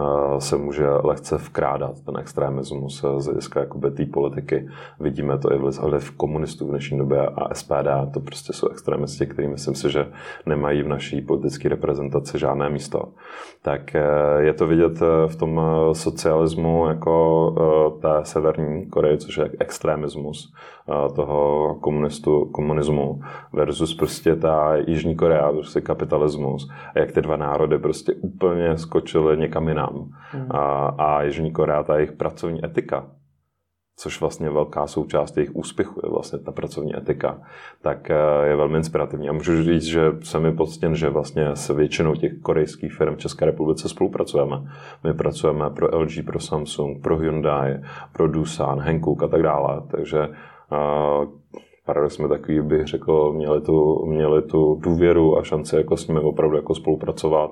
se může lehce vkrádat ten extremismus z hlediska té politiky. Vidíme to i v komunistů v dnešní době a S P D, to prostě jsou extremisti, kteří myslím si, že nemají v naší politické reprezentaci žádné místo. Tak je to vidět v tom socialismu jako té severní Koreje, což je extremismus toho komunistu, komunismu versus prostě ta Jižní Korea, prostě kapitalismus. A jak ty dva národy prostě úplně skočily někam jinam. Hmm. A, a Jižní Korea, ta jejich pracovní etika, což vlastně velká součást jejich úspěchu je vlastně ta pracovní etika, tak je velmi inspirativní. A můžu říct, že jsem mi poctěn, že vlastně s většinou těch korejských firm v České republice spolupracujeme. My pracujeme pro L G, pro Samsung, pro Hyundai, pro Doosan, Hankook a tak dále. Takže uh, paradoxně takový bych řekl, měli tu, měli tu důvěru a šanci jako s nimi opravdu jako spolupracovat.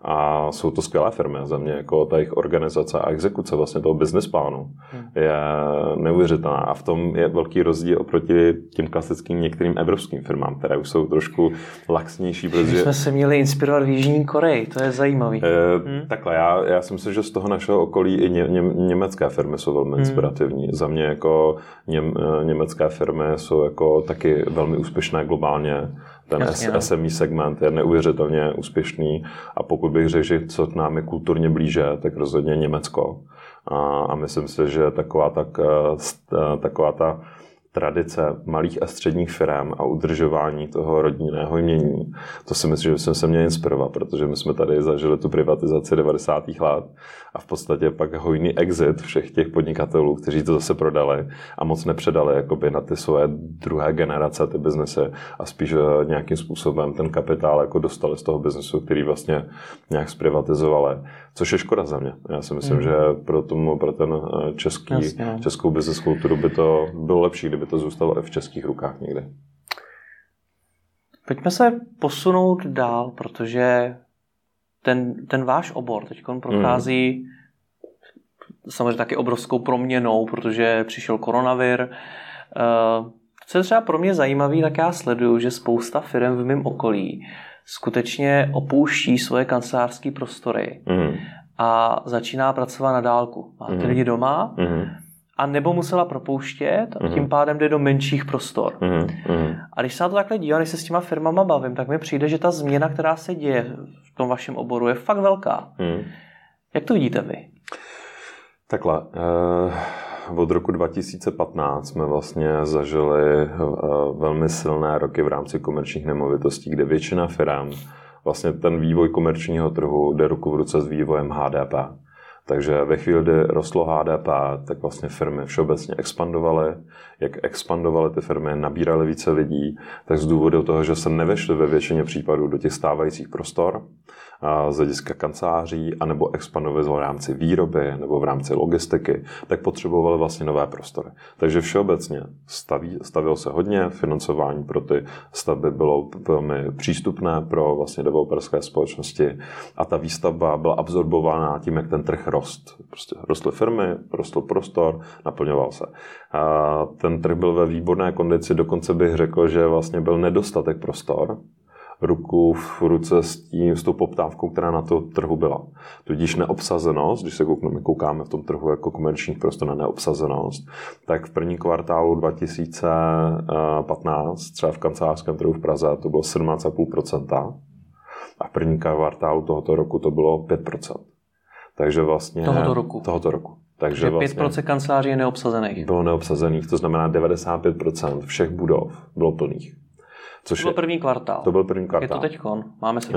A jsou to skvělé firmy za mě, jako ta jejich organizace a exekuce vlastně toho business plánu hmm. je neuvěřitelná. A v tom je velký rozdíl oproti těm klasickým některým evropským firmám, které už jsou trošku laxnější. Protože... My jsme se měli inspirovat v Jižní Koreji, to je zajímavý. E, hmm. Takhle, já, já si myslím, že z toho našeho okolí i ně, ně, německé firmy jsou velmi hmm. inspirativní. Za mě jako něm, německé firmy jsou jako taky velmi úspěšné globálně. Ten Jasně, S M E segment je neuvěřitelně úspěšný a pokud bych řekl, že co k nám je kulturně blíže, tak rozhodně Německo. A, a myslím si, že taková, tak, taková ta tradice malých a středních firm a udržování toho rodinného jmění, to si myslím, že jsme se měli inspirovat, protože my jsme tady zažili tu privatizaci devadesátých let a v podstatě pak hojný exit všech těch podnikatelů, kteří to zase prodali a moc nepředali jakoby na ty svoje druhé generace ty biznesy a spíš nějakým způsobem ten kapitál jako dostali z toho biznesu, který vlastně nějak zprivatizovali, což je škoda za mě. Já si myslím, mm. že pro, tomu, pro ten český, Jasně. českou business kulturu by to bylo lepší, kdyby to zůstalo i v českých rukách někdy. Pojďme se posunout dál, protože ten, ten váš obor teď prochází mm. samozřejmě taky obrovskou proměnou, protože přišel koronavir. Co je třeba pro mě zajímavý, tak já sleduju, že spousta firm v mém okolí skutečně opouští svoje kancelářské prostory mm. a začíná pracovat na dálku. Má ty mm. lidi doma mm. a nebo musela propouštět a tím pádem jde do menších prostor. Mm. A když se na to takhle dívám, když se s těma firmama bavím, tak mi přijde, že ta změna, která se děje v tom vašem oboru, je fakt velká. Mm. Jak to vidíte vy? Takhle. Uh, od roku dva tisíce patnáct jsme vlastně zažili uh, velmi silné roky v rámci komerčních nemovitostí, kde většina firm, vlastně ten vývoj komerčního trhu jde ruku v ruce s vývojem H D P. Takže ve chvíli, kdy rostlo H D P, tak vlastně firmy všeobecně expandovaly. Jak expandovaly ty firmy, nabíraly více lidí, tak z důvodu toho, že se nevešly ve většině případů do těch stávajících prostor, z hlediska kanceláří, anebo expandovaly v rámci výroby nebo v rámci logistiky, tak potřebovaly vlastně nové prostory. Takže všeobecně staví, stavilo se hodně, financování pro ty stavby bylo velmi přístupné pro vlastně developerské společnosti a ta výstavba byla absorbována tím, jak ten trh rost. Prostě rostly firmy, rostl prostor, naplňoval se. A ten trh byl ve výborné kondici, dokonce bych řekl, že vlastně byl nedostatek prostor, ruku v ruce s, tím, s tou poptávkou, která na to trhu byla. Tudíž neobsazenost, když se koukneme, koukáme v tom trhu jako komerčních prostor na neobsazenost, tak v první kvartálu dva tisíce patnáct, třeba v kancelářském trhu v Praze, to bylo sedmnáct celá pět procenta a v první kvartálu tohoto roku to bylo pět procent. Takže vlastně... Tohoto roku. Tohoto roku. Takže, Takže vlastně pět procent kanceláří je neobsazených. Bylo neobsazených, to znamená devadesát pět procent všech budov bylo plných. Což to byl první kvartál. To byl první kvartál. Jak je to teďkon? Máme si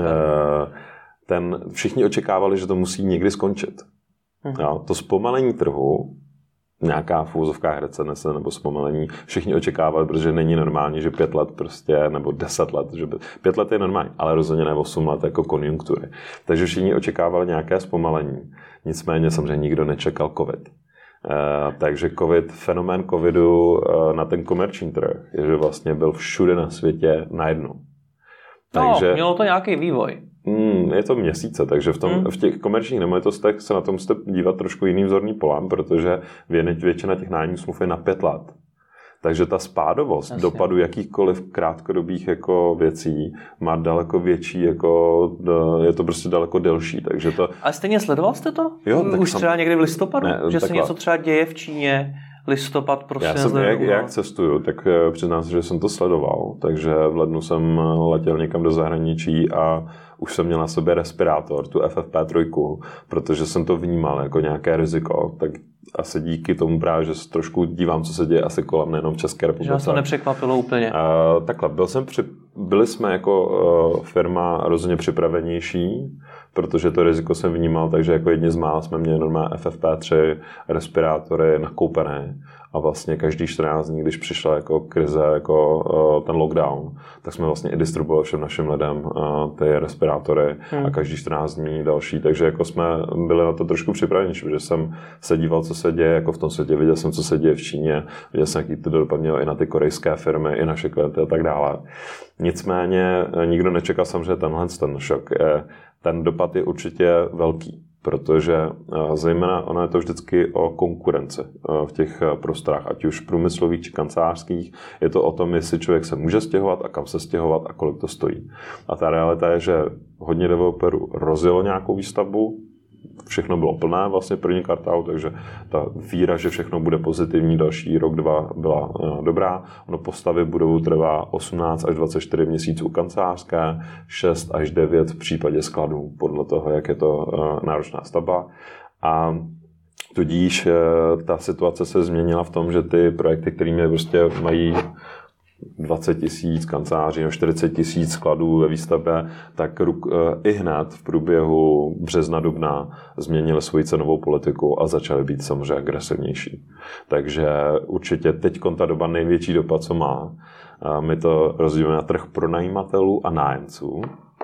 ten, všichni očekávali, že to musí někdy skončit. Uh-huh. Jo, to zpomalení trhu, nějaká v úzovkách recese nebo zpomalení, všichni očekávali, protože není normální, že pět let prostě, nebo deset let, že by, pět let je normální, ale rozhodně ne osm let jako konjunktury. Takže všichni očekávali nějaké zpomalení. Nicméně samozřejmě nikdo nečekal covid. Uh, takže COVID, fenomén covidu uh, na ten komerční trh je, že vlastně byl všude na světě najednou. Takže, no, mělo to nějaký vývoj. Mm, je to měsíce, takže v, tom, hmm. v těch komerčních nemovitostech se na tom musíte dívat trošku jiným vzorný polám, protože většina těch nájemních smluv je na pět let. Takže ta spádovost Asi. dopadu jakýchkoliv krátkodobých jako věcí má daleko větší, jako, je to prostě daleko delší. Takže to... A stejně sledoval jste to? Jo, Už tak třeba někdy v listopadu? Ne, že takhle. se něco třeba děje v Číně? Listopad, prostě. Já jsem, jak, jak cestuju, tak přiznám se, že jsem to sledoval, takže v lednu jsem letěl někam do zahraničí a už jsem měl na sobě respirátor, tu F F P tři, protože jsem to vnímal jako nějaké riziko, tak asi díky tomu právě, že se trošku dívám, co se děje asi kolem, nejenom v České republice. Že vás to nepřekvapilo úplně? Uh, takhle, byl jsem při, byli jsme jako uh, firma rozhodně připravenější, protože to riziko jsem vnímal, takže jako jedni z mála jsme měli normálně F F P tři, respirátory nakoupené a vlastně každý čtrnáct dní, když přišla jako krize, jako uh, ten lockdown, tak jsme vlastně i distribuovali všem našim lidem uh, ty respirátory hmm. a každý čtrnáct dní další, takže jako jsme byli na to trošku připravenější, protože jsem se díval, co se děje jako v tom světě, viděl jsem, co se děje v Číně, viděl jsem, jaký to dopad mělo i na ty korejské firmy, i naše klienty a tak dále. Nicméně nikdo nečekal samozřejmě tenhle ten šok. Ten dopad je určitě velký, protože zejména ono je to vždycky o konkurenci v těch prostorách, ať už průmyslových či kancelářských. Je to o tom, jestli člověk se může stěhovat a kam se stěhovat a kolik to stojí. A ta realita je, že hodně developerů rozjelo nějakou výstavbu, všechno bylo plné vlastně první kvartál, takže ta víra, že všechno bude pozitivní další rok, dva byla dobrá. Ono postavy budovu trvá osmnáct až dvacet čtyři měsíců kancelářské, šest až devět v případě skladů, podle toho, jak je to náročná stavba. A tudíž ta situace se změnila v tom, že ty projekty, kterými prostě mají dvacet tisíc kanceláří nebo čtyřicet tisíc skladů ve výstavbě, tak i hned v průběhu března, dubna změnili svoji cenovou politiku a začaly být samozřejmě agresivnější. Takže určitě teď ta doba největší dopad, co má. My to rozdělíme na trh pronajímatelů a nájemců.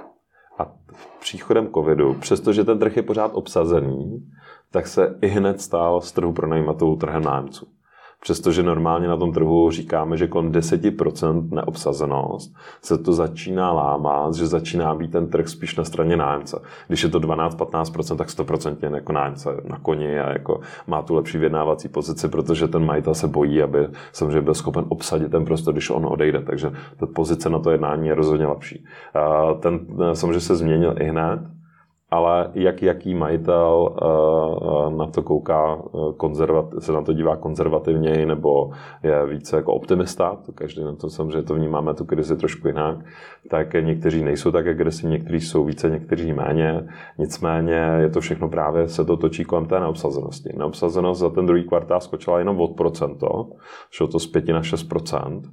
A příchodem covidu, přestože ten trh je pořád obsazený, tak se i hned stál z trhu pronajímatelů trhem nájemců. Přestože normálně na tom trhu říkáme, že kolem deset procent neobsazenost, se to začíná lámat, že začíná být ten trh spíš na straně nájemce. Když je to dvanáct až patnáct procent, tak sto procent jako nájemce na koni a jako má tu lepší vyjednávací pozici, protože ten majitel se bojí, aby samozřejmě byl schopen obsadit ten prostor, když on odejde. Takže ta pozice na to jednání je rozhodně lepší. Ten samozřejmě se změnil i hned, ale jak jaký majitel uh, na to kouká, konzervat, se na to dívá konzervativněji nebo je více jako optimista, to každý na to samozřejmě to vnímáme tu krizi trošku jinak, tak někteří nejsou tak agresivní, někteří jsou více, někteří méně, nicméně je to všechno právě, se to točí kolem té neobsazenosti. Neobsazenost za ten druhý kvartál skočila jenom od procento, šlo to z pět na šest procent.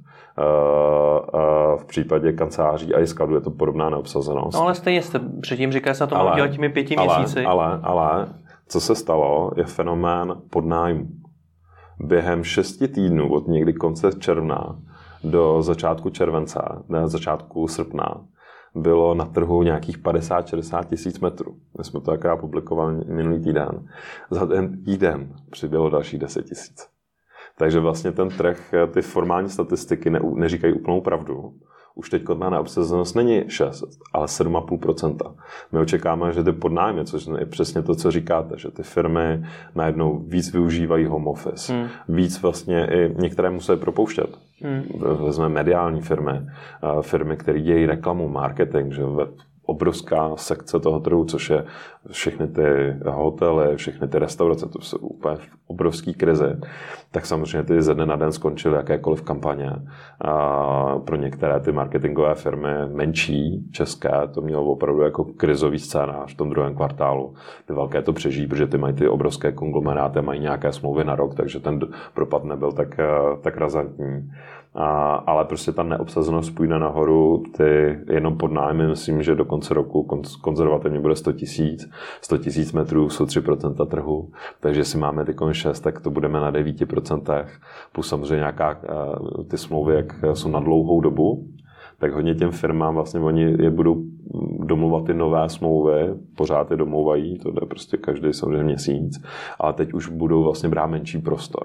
V případě kanceláří a i skladů je to podobná neobsazenost. No ale stejně jste předtím říkali, že se na to mohli dělat těmi pěti ale, měsíci. Ale, ale, co se stalo, je fenomén podnájmu. Během šesti týdnů od někdy konce června do začátku července, ne začátku srpna, bylo na trhu nějakých padesát až šedesát tisíc metrů. My jsme to takrát publikovali minulý týden. Za ten týden přibylo další deset tisíc. Takže vlastně ten trh, ty formální statistiky ne, neříkají úplnou pravdu. Už teď ta neobsazenost není šest, ale sedm celá pět procenta. My očekáváme, že ty podnájmy, což je přesně to, co říkáte, že ty firmy najednou víc využívají home office. Hmm. Víc vlastně i některé musí propouštět. Hmm. Vezme mediální firmy, firmy, které dějí reklamu, marketing, že obrovská sekce toho trhu, což je všechny ty hotely, všechny ty restaurace, to jsou úplně obrovský krize, tak samozřejmě ty ze dne na den skončily jakékoliv kampaně. A pro některé ty marketingové firmy menší, české, to mělo opravdu jako krizový scénář v tom druhém kvartálu. Ty velké to přežijí, protože ty mají ty obrovské konglomeráty, mají nějaké smlouvy na rok, takže ten propad nebyl tak, tak razantní. A, ale prostě ta neobsazenost půjde nahoru, ty jenom pod nájmy, myslím, že do konce roku konzervativně bude sto tisíc. sto tisíc metrů jsou tři procenta trhu, takže jestli máme ty šest, tak to budeme na devět procent. Plus samozřejmě nějaká ty smlouvy, jak jsou na dlouhou dobu, tak hodně těm firmám vlastně oni je budou domluvat ty nové smlouvy, pořád je domluvají, to jde prostě každý samozřejmě měsíc, ale teď už budou vlastně brát menší prostor.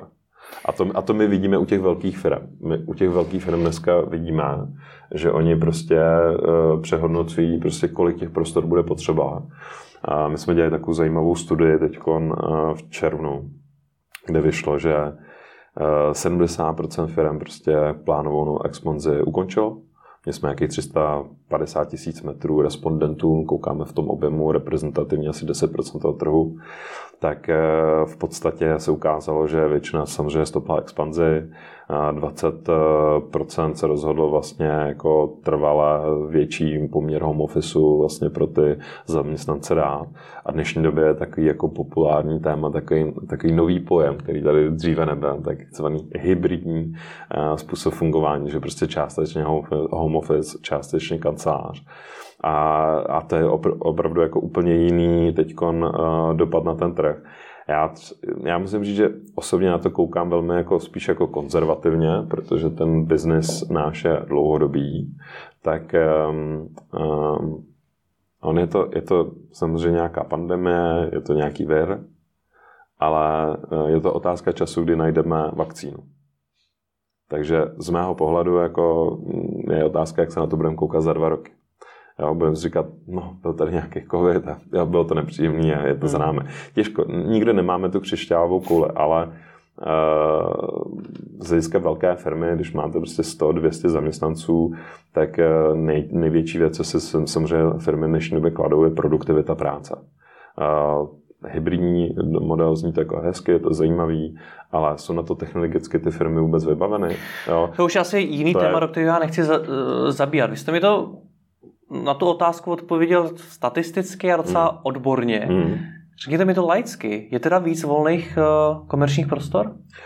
A to, a to my vidíme u těch velkých firm. My u těch velkých firm dneska vidíme, že oni prostě uh, přehodnocují, prostě, kolik těch prostor bude potřeba. A my jsme dělali takovou zajímavou studii teď uh, v červnu, kde vyšlo, že uh, sedmdesát procent firm prostě plánovanou expanzi ukončilo. My jsme nějakých tři sta padesát tisíc metrů respondentů, koukáme v tom objemu reprezentativně asi deset procent toho trhu, tak v podstatě se ukázalo, že většina samozřejmě stopla expanzi, dvacet procent se rozhodlo vlastně jako trvalé větší poměr home officeu vlastně pro ty zaměstnance dát. A v dnešní době je takový jako populární téma, takový, takový nový pojem, který tady dříve nebyl, takzvaný hybridní způsob fungování, že prostě částečně home office, částečně kancelář. A, a to je opr- opravdu jako úplně jiný teďkon uh, dopad na ten trh. Já, já musím říct, že osobně na to koukám velmi jako, spíš jako konzervativně, protože ten biznis náš je dlouhodobý. Tak um, um, on je to, je to samozřejmě nějaká pandemie, je to nějaký vir, ale uh, je to otázka času, kdy najdeme vakcínu. Takže z mého pohledu jako, je otázka, jak se na to budeme koukat za dva roky. Jo, budeme si říkat, no, byl tady nějaký covid a jo, bylo to nepříjemný a je to za námi. Těžko, nikdo nemáme tu křišťálovou kouli, ale uh, z hlediska velké firmy, když máte prostě sto dvě stě zaměstnanců, tak nej, největší věc, co si samozřejmě firmy v dnešní době kladou, je produktivita práce. Uh, hybridní model zní to jako hezky, je to zajímavý, ale jsou na to technologicky ty firmy vůbec vybaveny. Jo. To už je asi jiný to téma, je... do kterého já nechci za, uh, zabíjat. Vy jste mi to na tu otázku odpověděl statisticky a docela hmm. odborně. Hmm. Řekněte mi to laicky. Je teda víc volných uh, komerčních prostor?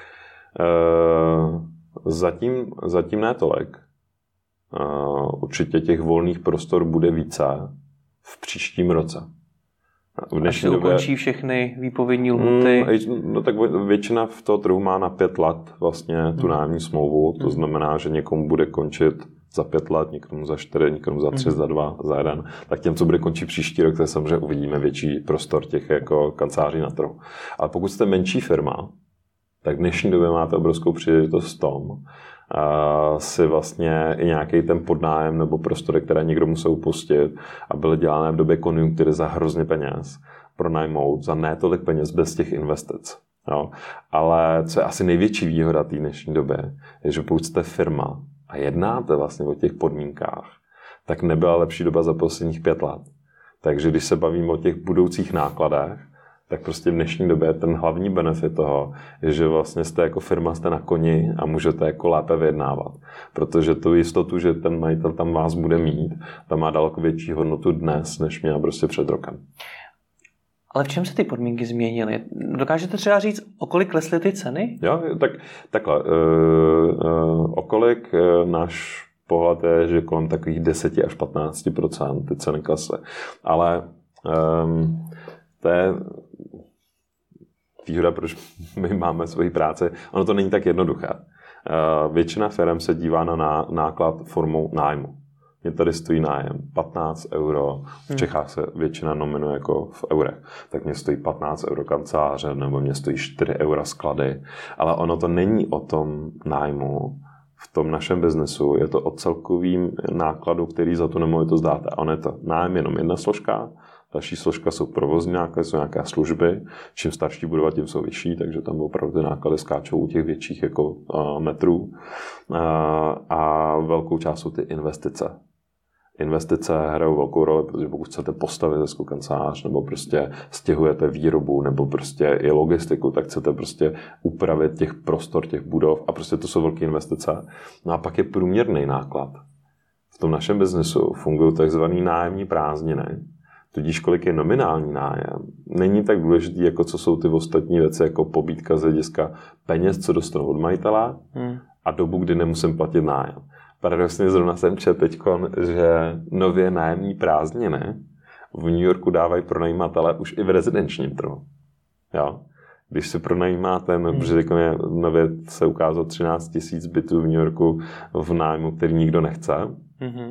Uh, zatím, zatím ne tolik. Uh, určitě těch volných prostor bude více v příštím roce. V Až se době... ukončí všechny výpovědní lhůty? Hmm, no tak většina v toho trhu má na pět let vlastně tu nájemní smlouvu. To znamená, že někomu bude končit za pět let, někomu za čtyři, někomu za tři, mm. za dva, za jeden. Tak těm, co bude končit příští rok, tak samozřejmě uvidíme větší prostor těch jako kanceláří na trhu. Ale pokud jste menší firma, tak v dnešní době máte obrovskou příležitost v tom, uh, si vlastně i nějaký ten podnájem nebo prostory, které někdo musel pustit a byly dělané v době konjunktury za hrozně peněz, pronajmout za ne tolik peněz bez těch investic. Jo. Ale co je asi největší výhoda té dnešní době, je, že pokud jste firma a jednáte vlastně o těch podmínkách, tak nebyla lepší doba za posledních pět let. Takže když se bavíme o těch budoucích nákladech, tak prostě v dnešní době ten hlavní benefit toho je, že vlastně jste jako firma, jste na koni a můžete jako lépe vyjednávat. Protože tu jistotu, že ten majitel tam vás bude mít, tam má daleko větší hodnotu dnes, než měla prostě před rokem. Ale v čem se ty podmínky změnily? Dokážete třeba říct, o kolik klesly ty ceny? Jo, tak takhle. Uh, uh, o kolik uh, náš pohled je, že kolem takových deset až patnáct procent ty ceny klesly. Ale um, to je výhoda, proč my máme svoji práci. Ono to není tak jednoduché. Uh, většina firm se dívá na náklad formou nájmu. Mě tady stojí nájem patnáct euro, v Čechách se většina nominuje jako v eurech, tak mě stojí patnáct euro kanceláře, nebo mě stojí čtyři eura sklady, ale ono to není o tom nájmu. V tom našem biznesu je to o celkovým nákladu, který za tu nemovitost dáte. A ono je to nájem jenom jedna složka, další složka jsou provozní náklady, jsou nějaké služby. Čím starší budova, tím jsou vyšší, takže tam opravdu ty náklady skáčou u těch větších jako uh, metrů. Uh, a velkou část jsou ty investice. Investice hrajou velkou roli, protože pokud chcete postavit hezkou kancelář, nebo prostě stěhujete výrobu, nebo prostě i logistiku, tak chcete prostě upravit těch prostor, těch budov a prostě to jsou velké investice. No a pak je průměrný náklad. V tom našem biznesu fungují takzvané nájemní prázdniny. Tudíž kolik je nominální nájem, není tak důležitý, jako co jsou ty ostatní věci, jako pobídka z hlediska peněz, co dostanu od majitele hmm. a dobu, kdy nemusím platit nájem. Paradoxně zrovna jsem četl teďkon, že nově nájemní prázdniny v New Yorku dávají pronajímatele už i v rezidenčním trhu. Jo? Když si pronajímáte, hmm. protože je, nově se ukázalo třináct tisíc bytů v New Yorku v nájmu, který nikdo nechce, hmm.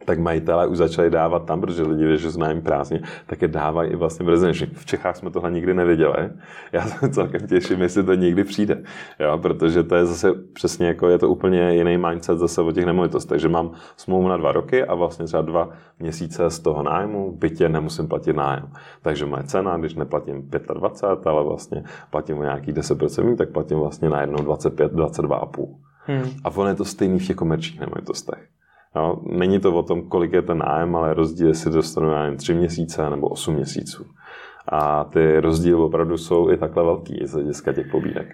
tak majitelé už začali dávat tam, protože lidi vědí, že znají prázdně, tak je dávají i vlastně v rezidenci. V Čechách jsme tohle nikdy neviděli. Já se celkem těším, jestli to někdy přijde. Jo, protože to je zase přesně jako, je to úplně jiný mindset zase o těch nemovitostech. Takže mám smlouvu na dva roky a vlastně třeba dva měsíce z toho nájmu v bytě nemusím platit nájem. Takže moje cena, když neplatím dvacet pět, ale vlastně platím o nějakých deset procent, tak platím vlastně na jednou dvacet pět, dvacet dva a půl. Hmm. A ono je to stejný v těch komerčních nemovitostech. No, není to o tom, kolik je ten nájem, ale rozdíl, jestli dostanu nájem tři měsíce nebo osm měsíců. A ty rozdíly opravdu jsou i takhle velký z hlediska těch pobídek.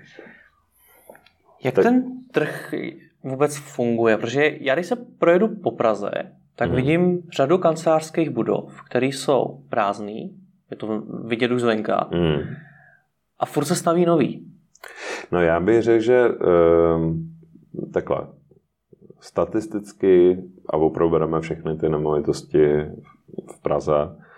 Jak tak... ten trh vůbec funguje? Protože já, když se projedu po Praze, tak hmm. vidím řadu kancelářských budov, které jsou prázdný, je to vidět už zvenka, hmm. a furt se staví nový. No já bych řekl, že um, takhle. Statisticky, a opravdu bereme všechny ty nemovitosti v Praze,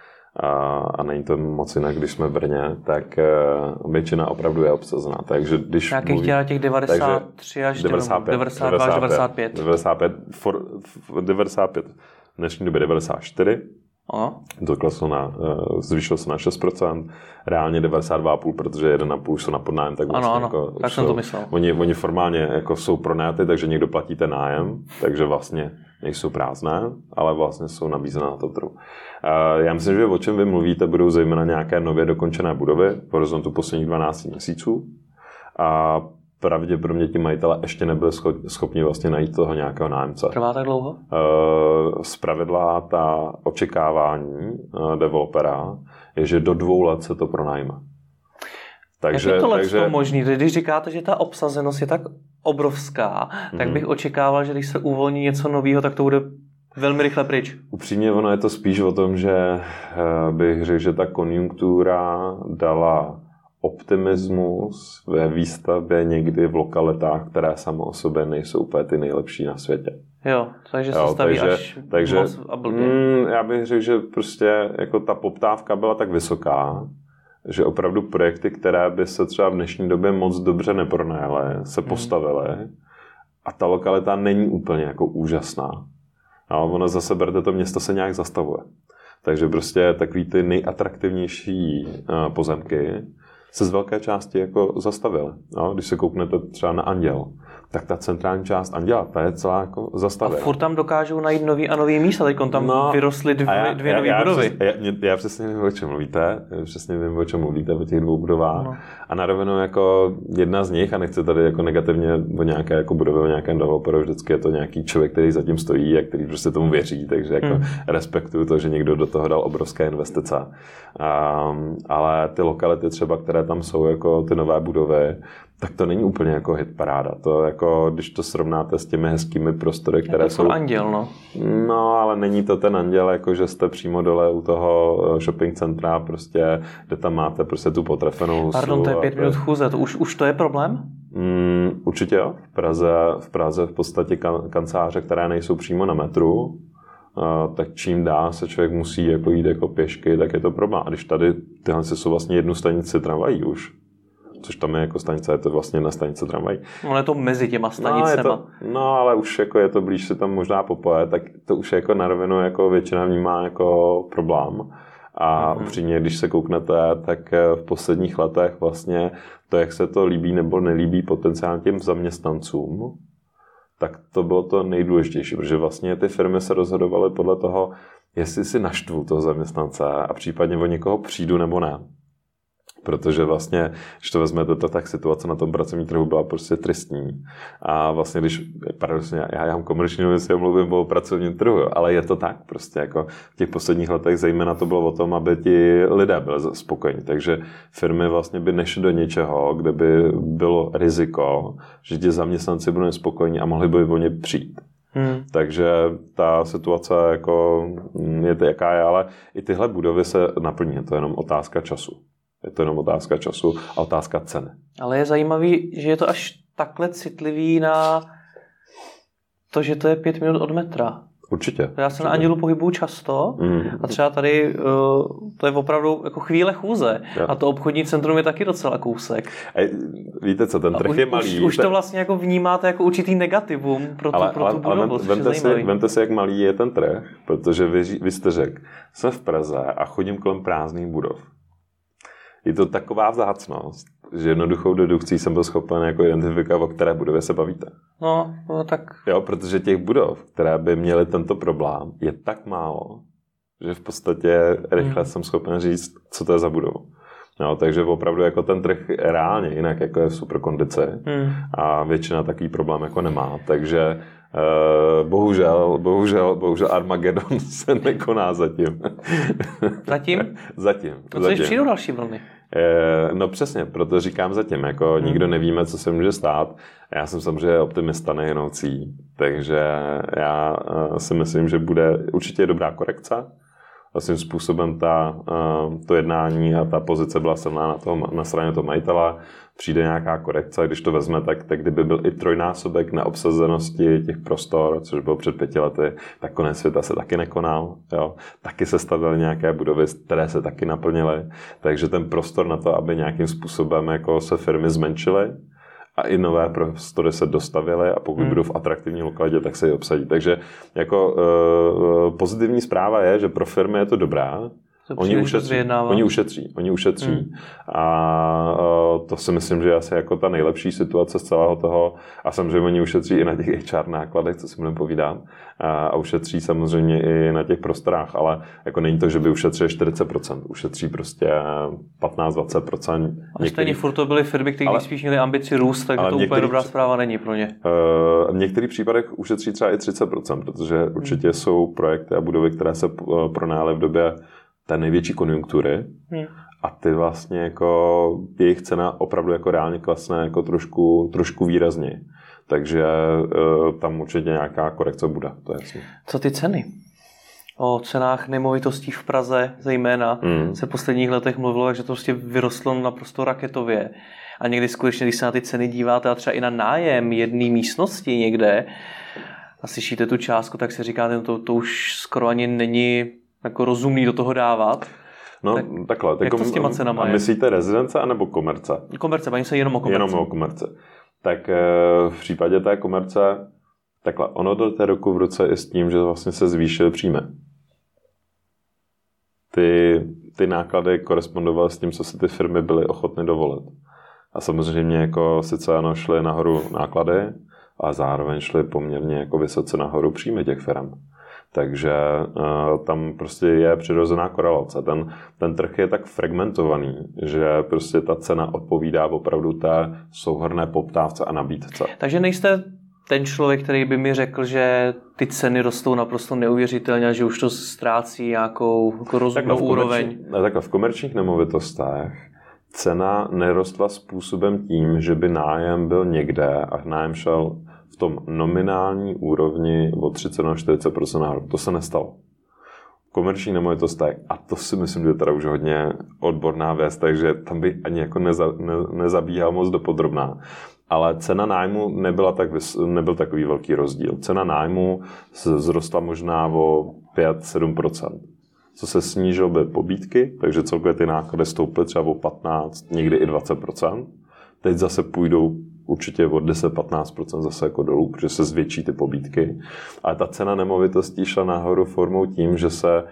a, a není to moc jinak, když jsme v Brně, tak uh, většina opravdu je obsazená. Takže když nějakých mluví, těch devadesát tři až devadesát pět, devadesát dva až devadesát pět. devadesát pět, for, devadesát pět v dnešní době devadesát čtyři. Ano. To kleslo na, uh, zvýšilo se na šest procent, reálně devadesát dva celá pět, protože jeden a půl jsou na podnájem, tak vlastně ano, ano. jako tak jsem to myslel. Oni, oni formálně jako jsou pronajaty, takže někdo platí ten nájem, takže vlastně nejsou prázdné, ale vlastně jsou nabízené na to trhu. Uh, já myslím, že o čem vy mluvíte, budou zejména nějaké nově dokončené budovy v horizontu posledních dvanáct měsíců a pravděpodobně ti majitele ještě nebyli schopni vlastně najít toho nějakého nájemce. Trvá tak dlouho? Zpravidla ta očekávání developera je, že do dvou let se to pronajme. Takže, Jak je to takže... možný? Když říkáte, že ta obsazenost je tak obrovská, mm-hmm. tak bych očekával, že když se uvolní něco nového, tak to bude velmi rychle pryč. Upřímně ono je to spíš o tom, že bych řekl, že ta konjunktura dala optimismus ve výstavbě někdy v lokalitách, které samo o sobě nejsou úplně ty nejlepší na světě. Jo, takže se jo, staví takže, až takže, moc a blbě. Mm, já bych řekl, že prostě jako ta poptávka byla tak vysoká, že opravdu projekty, které by se třeba v dnešní době moc dobře nepronajaly, se postavily a ta lokalita není úplně jako úžasná. A ono zase, berte, to město se nějak zastavuje. Takže prostě takový ty nejatraktivnější pozemky se z velké části jako zastavily. No, když se kouknete třeba na Anděl, tak ta centrální část Anděla, ta je celá jako zastavená. A furt tam dokážou najít nový a nový místa, teď tam no, vyrostly dvě, já, dvě nové budovy. Přes, já, já přesně vím, o čem mluvíte, přesně vím, o čem mluvíte, o těch dvou budovách. No. A na rovinu jako jedna z nich, a nechci tady jako negativně o nějaké jako budově, o nějakém developeru, vždycky je to nějaký člověk, který zatím stojí a který prostě tomu věří, takže jako hmm. respektuju to, že někdo do toho dal obrovské investice. Um, ale ty lokality třeba, které tam jsou, jako ty nové budovy, tak to není úplně jako hit paráda. To jako, když to srovnáte s těmi hezkými prostory, které jsou... Anděl, no. No, ale není to ten Anděl, jako že jste přímo dole u toho shopping centra, prostě, kde tam máte prostě tu potrefenou husu. Pardon, to je pět minut chůze. To už, už to je problém? Mm, určitě jo. V Praze, v Praze v podstatě kan, kanceláře, které nejsou přímo na metru, uh, tak čím dál se člověk musí jako jít jako pěšky, tak je to problém. A když tady tyhle jsou vlastně jednu stanici tramvají už, což tam je jako stanice, je to vlastně na stanice tramvají. No je to mezi těma stanicema. No, to, no ale už jako je to blíž se tam možná popoje, tak to už jako na rovinu jako většina vnímá jako problém. A mm-hmm. upřímně, když se kouknete, tak v posledních letech vlastně to, jak se to líbí nebo nelíbí potenciálně těm zaměstnancům, tak to bylo to nejdůležitější, protože vlastně ty firmy se rozhodovaly podle toho, jestli si naštvu toho zaměstnance a případně o někoho přijdu nebo ne. Protože vlastně, když to vezmete, to tak situace na tom pracovním trhu byla prostě tristní. A vlastně, když, paradoxně, já, já mám komerční věci, mluvím o pracovním trhu, ale je to tak prostě, jako v těch posledních letech zejména to bylo o tom, aby ti lidé byli spokojení. Takže firmy vlastně by nešly do něčeho, kde by bylo riziko, že ti zaměstnanci budou nespokojení a mohli by o ně přijít. Hmm. Takže ta situace jako je to, jaká je, ale i tyhle budovy se naplní, to je jenom otázka času. Je to jenom otázka času a otázka ceny. Ale je zajímavý, že je to až takhle citlivý na to, že to je pět minut od metra. Určitě. Já se na Andělu pohybuju často mm. a třeba tady uh, to je opravdu jako chvíle chůze. Jo. A to obchodní centrum je taky docela kousek. A víte co, ten trh je malý. Už, už to vlastně jako vnímáte jako určitý negativum pro tu, ale, pro tu ale, budovu. ale vemte, si, vemte si, jak malý je ten trh, protože vy, vy jste řekl, jsem v Praze a chodím kolem prázdných budov. Je to taková vzácnost, že jednoduchou dedukcí jsem byl schopen jako identifikovat, o které budově se bavíte. No, no tak... Jo, protože těch budov, které by měly tento problém, je tak málo, že v podstatě rychle hmm. jsem schopen říct, co to je za budovu. No, takže opravdu jako ten trh reálně jinak jako je v super kondici hmm. a většina takový problém jako nemá. Takže Uh, bohužel, bohužel, bohužel Armagedon se nekoná zatím. Zatím? zatím. To co přijdou další vlny? Uh, no přesně, proto říkám zatím. Jako hmm. nikdo nevíme, co se může stát. Já jsem samozřejmě optimista nejenoucí, takže já uh, si myslím, že bude určitě dobrá korekce. Vlastním způsobem ta, uh, to jednání a ta pozice byla silná na, toho, na straně toho majitele. Přijde nějaká korekce, když to vezme, tak, tak kdyby byl i trojnásobek na obsazenosti těch prostor, což bylo před pěti lety, tak konec světa se taky nekonal. Jo. Taky se stavily nějaké budovy, které se taky naplnily. Takže ten prostor na to, aby nějakým způsobem jako se firmy zmenšily a i nové prostory se dostavily a pokud hmm. budou v atraktivní lokalitě, tak se ji obsadí. Takže jako uh, pozitivní zpráva je, že pro firmy je to dobrá. Oni ušetří, oni ušetří, oni ušetří. Hmm. A to si myslím, že je asi jako ta nejlepší situace z celého toho. A samozřejmě oni ušetří i na těch H R nákladech, co si budeme povídat. A ušetří samozřejmě i na těch prostorách, ale jako není to, že by ušetřili čtyřicet procent. Ušetří prostě patnáct až dvacet procent. Ale stejně furt to byly firmy, které spíš měly ambici růst, tak to úplně dobrá zpráva není pro ně. V některých případech ušetří třeba i třicet procent, protože určitě hmm. jsou projekty a budovy, které se pronály v době té největší konjunktury hmm. a ty vlastně jako jejich cena opravdu jako reálně klesne jako trošku, trošku výrazněji. Takže uh, tam určitě nějaká korekce bude, to je jasný. Co ty ceny? O cenách nemovitostí v Praze zejména hmm. se v posledních letech mluvilo, že to prostě vyrostlo naprosto raketově. A někdy skutečně, když se na ty ceny díváte a třeba i na nájem jedné místnosti někde a slyšíte tu částku, tak si říkáte, no to, to už skoro ani není jako rozumný do toho dávat. No tak, takhle. Jak jako, to s těma cenama a myslíte rezidence anebo komerce? Komerce, bavím se jenom o komerci. Jenom o komerce. Tak v případě té komerce, takhle, ono do té roku v ruce i s tím, že vlastně se zvýšily příjmy. Ty, ty náklady korespondovaly s tím, co si ty firmy byly ochotny dovolit. A samozřejmě jako sice ano, šly nahoru náklady, a zároveň šly poměrně jako vysoce nahoru příjmy těch firm. Takže uh, tam prostě je přirozená korelace. Ten, ten trh je tak fragmentovaný, že prostě ta cena odpovídá opravdu té souhrnné poptávce a nabídce. Takže nejste ten člověk, který by mi řekl, že ty ceny rostou naprosto neuvěřitelně a že už to ztrácí nějakou jako rozumnou úroveň. Takhle, v komerčních nemovitostech cena nerostla způsobem tím, že by nájem byl někde a nájem šel v tom nominální úrovni o třicet až čtyřicet procent nahoru. To se nestalo. Komerční nemovitostech, a to si myslím, že je teda už hodně odborná věc, takže tam by ani jako neza, ne, nezabíhal moc dopodrobná. Ale cena nájmu nebyla tak, nebyl takový velký rozdíl. Cena nájmu zrostla možná o pět až sedm procent. Co se snížilo by pobídky, takže celkově ty náklady stouply třeba o patnáct, někdy i dvacet procent. Teď zase půjdou určitě o deset až patnáct procent zase jako dolů, protože se zvětší ty pobídky. Ale ta cena nemovitostí šla nahoru formou tím, že se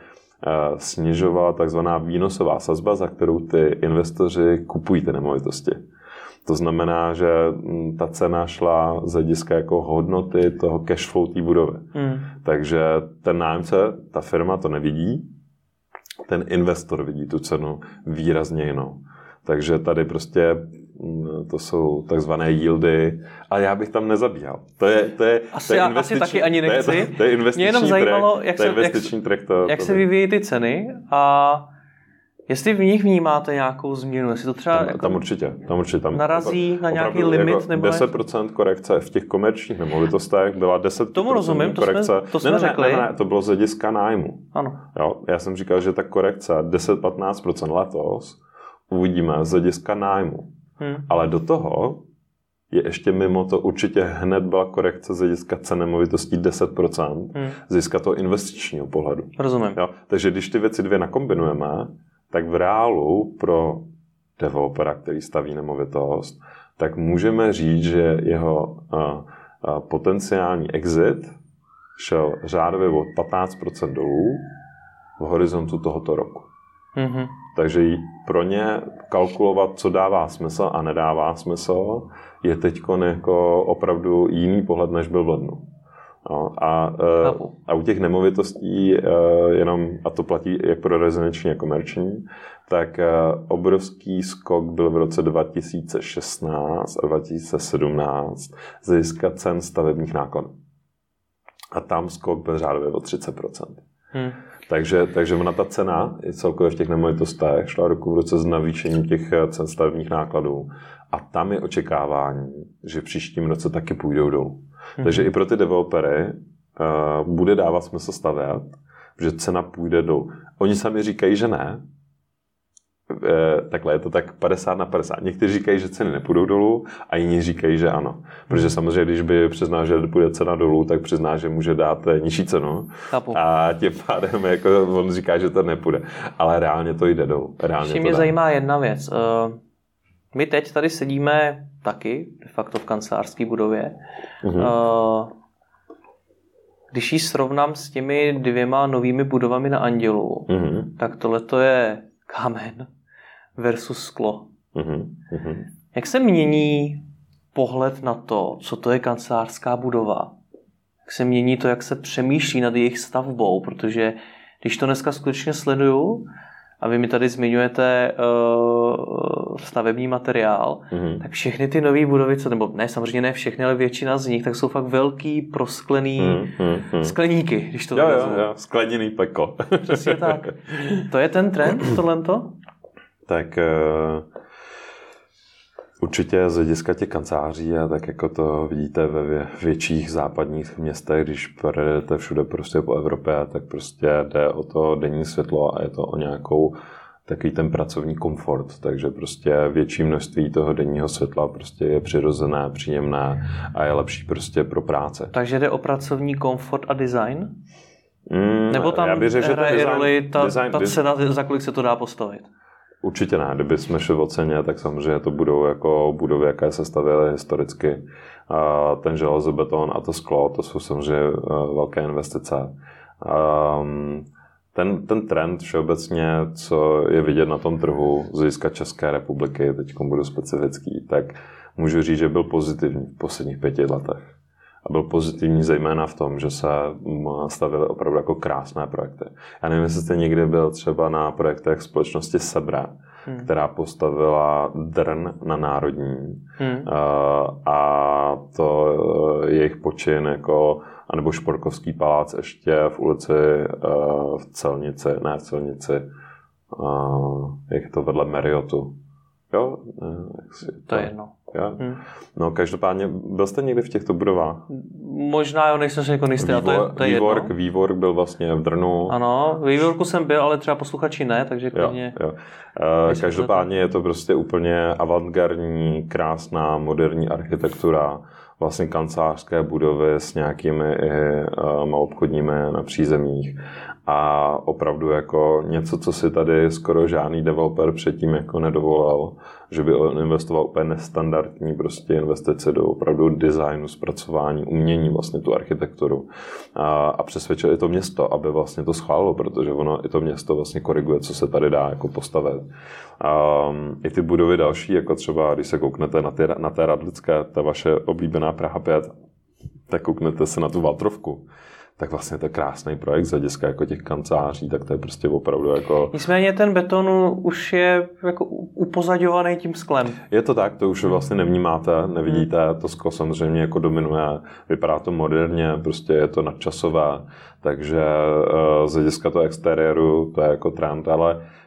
snižovala takzvaná výnosová sazba, za kterou ty investoři kupují ty nemovitosti. To znamená, že ta cena šla z hlediska jako hodnoty toho cash flow té budovy. Hmm. Takže ten nájemce, ta firma to nevidí, ten investor vidí tu cenu výrazně jinou. Takže tady prostě to jsou takzvané yieldy, ale já bych tam nezabíhal. To je, to je, asi, to je asi taky ani nechci. To je, to je investiční Mě jenom zajímalo, trh, jak to se, je investiční jak, trh. To, jak to se vyvíjí ty ceny a jestli v nich vnímáte nějakou změnu, jestli to třeba tam, jako tam určitě, tam určitě tam narazí na nějaký limit jako nebo deset procent korekce v těch komerčních nemovitostech byla deset procent tomu rozumím, korekce. To jsme, to jsme ne, ne, řekli. Ne, ne, to bylo z hlediska nájmu. Ano. Jo, já jsem říkal, že ta korekce deset až patnáct procent letos uvidíme z hlediska nájmu. Hmm. Ale do toho je ještě mimo to, určitě hned byla korekce z hlediska cen nemovitostí deset procent, hmm. z hlediska toho investičního pohledu. Rozumím. Jo? Takže když ty věci dvě nakombinujeme, tak v reálu pro developera, který staví nemovitost, tak můžeme říct, že jeho a, a potenciální exit šel řádově od patnáct procent dolů v horizontu tohoto roku. Mm-hmm. Takže pro ně kalkulovat, co dává smysl a nedává smysl, je teď jako opravdu jiný pohled, než byl v lednu. No, a, a u těch nemovitostí jenom, a to platí jak pro rezidenční a komerční, tak obrovský skok byl v roce dva tisíce šestnáct a dva tisíce sedmnáct z hlediska cen stavebních nákladů. A tam skok byl řádově o třicet procent. Hmm. Takže, takže ona ta cena i celkově v těch nemovitostech šla ruku v ruce z navýšení těch cen stavebních nákladů. A tam je očekávání, že v příštím roce taky půjdou dolů. Hmm. Takže i pro ty developery uh, bude dávat smysl stavět, že cena půjde dolů. Oni sami říkají, že ne. E, takhle je to tak padesát na padesát. Někteří říkají, že ceny nepůjdou dolů a jiní říkají, že ano. Protože samozřejmě, když by přiznal, že půjde cena dolů, tak přizná, že může dát nižší cenu. Chápu. A tím pádem jako on říká, že to nepůjde. Ale reálně to jde dolů. Reálně mě zajímá jedna věc. My teď tady sedíme taky, de facto v kancelářské budově. Uh-huh. Když ji srovnám s těmi dvěma novými budovami na Andělu, uh-huh. tak tohleto je kámen versus sklo. Uh-huh. Uh-huh. Jak se mění pohled na to, co to je kancelářská budova? Jak se mění to, jak se přemýšlí nad jejich stavbou? Protože když to dneska skutečně sleduju, a vy mi tady zmiňujete uh, stavební materiál, mm-hmm. tak všechny ty nové budovy, co, nebo ne, samozřejmě ne všechny, ale většina z nich, tak jsou fakt velký prosklený mm-hmm. skleníky, když to jo, jo, jo, skleněný peklo. Přesně tak. To je ten trend, tohleto? Tak uh, určitě z hlediska těch kanceláří, a tak jako to vidíte ve větších západních městech, když projedete všude prostě po Evropě, tak prostě jde o to denní světlo a je to o nějakou takový ten pracovní komfort, takže prostě větší množství toho denního světla prostě je přirozené, příjemné a je lepší prostě pro práce. Takže jde o pracovní komfort a design? Mm, Nebo tam hraje roli ta, ta cena, za kolik se to dá postavit? Určitě ne. Kdyby jsme šli o ceně, tak samozřejmě to budou jako budovy, jaké se stavěly historicky. A ten železobeton a to sklo, to jsou samozřejmě velké investice. Ten, ten trend všeobecně, co je vidět na tom trhu z hlediska České republiky, teď budu specifický, tak můžu říct, že byl pozitivní v posledních pěti letech. A byl pozitivní zejména v tom, že se stavily opravdu jako krásné projekty. Já nevím, jestli jste někdy byl třeba na projektech společnosti Sebra, hmm. která postavila Drn na Národní hmm. a to jejich počin jako, anebo Šporkovský palác ještě v ulici v Celnici, ne v Celnici, jak je to vedle Marriotu. Jo? To je jedno. Ja? Hmm. No, každopádně, byl jste někdy v těchto budovách? Možná, jo, nejsem si jako nejistý, ale to je, to je Vývork, jedno. Vývork byl vlastně v Drnu. Ano, v Vývorku jsem byl, ale třeba posluchači ne, takže klidně... Jo, jo. Uh, každopádně je to prostě úplně avantgardní, krásná, moderní architektura, vlastně kancelářské budovy s nějakými i uh, malobchodními na přízemích a opravdu jako něco, co si tady skoro žádný developer předtím jako nedovolal, že by on investoval úplně nestandardní prostě investice do opravdu designu, zpracování, umění vlastně tu architekturu a, a přesvědčil i to město, aby vlastně to schválilo, protože ono i to město vlastně koriguje, co se tady dá jako postavit. Um, I ty budovy další, jako třeba, když se kouknete na, ty, na té Radlické, ta vaše oblíbená Praha pět, tak kouknete se na tu Valtrovku. Tak vlastně to je krásný projekt z hlediska jako těch kanceláří, tak to je prostě opravdu jako... Nicméně ten beton už je jako upozaďovaný tím sklem. Je to tak, to už vlastně nevnímáte, nevidíte, to sklo samozřejmě jako dominuje, vypadá to moderně, prostě je to nadčasové, takže z hlediska toho exteriéru to je jako trend, ale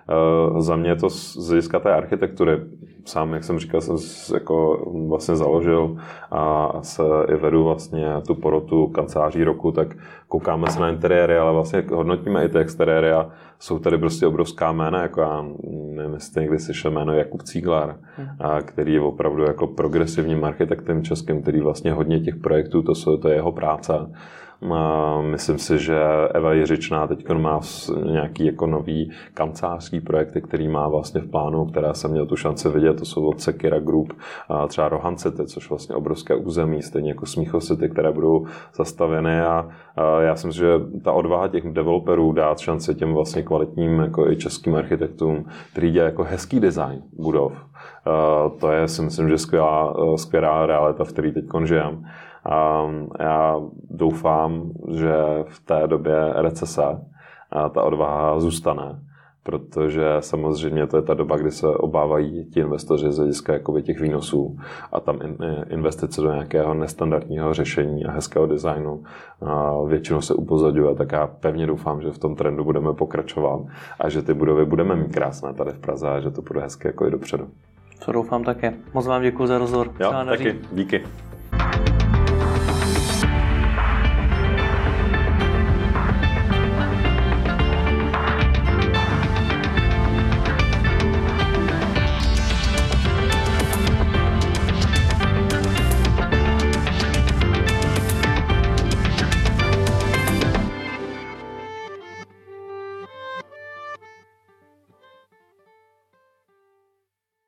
za mě to z hlediska té architektury. Sám, jak jsem říkal, jsem jako vlastně založil a se i vedu vlastně tu porotu kanceláří roku, tak koukáme se na interiéry, ale vlastně hodnotíme i ty exteriéry a jsou tady prostě obrovská jména, jako já nevím, jestli někdy slyšel jméno Jakub Cíglar, a který je opravdu jako progresivním architektem českým, který vlastně hodně těch projektů, to, jsou, to je jeho práce. A myslím si, že Eva Jiřičná teď má nějaký jako nový kancelářský projekty, který má vlastně v plánu, které jsem měl tu šanci vidět, to jsou od Sekira Group, a třeba Rohan City, což vlastně obrovské území, stejně jako Smíchov City, které budou zastavěny a, a já si myslím, že ta odvaha těch developerů dát šanci těm vlastně kvalitním jako i českým architektům, který dělají jako hezký design budov. A to je si myslím, že skvělá, skvělá realita, v které teď žijeme. A já doufám, že v té době recese ta odvaha zůstane, protože samozřejmě to je ta doba, kdy se obávají ti investoři z hlediska jakoby těch výnosů a tam investice do nějakého nestandardního řešení a hezkého designu a většinou se upozorňuje, tak já pevně doufám, že v tom trendu budeme pokračovat a že ty budovy budeme mít krásné tady v Praze a že to bude hezky jako i dopředu. Co doufám také. Moc vám děkuji za rozhovor. Jo, taky. Díky.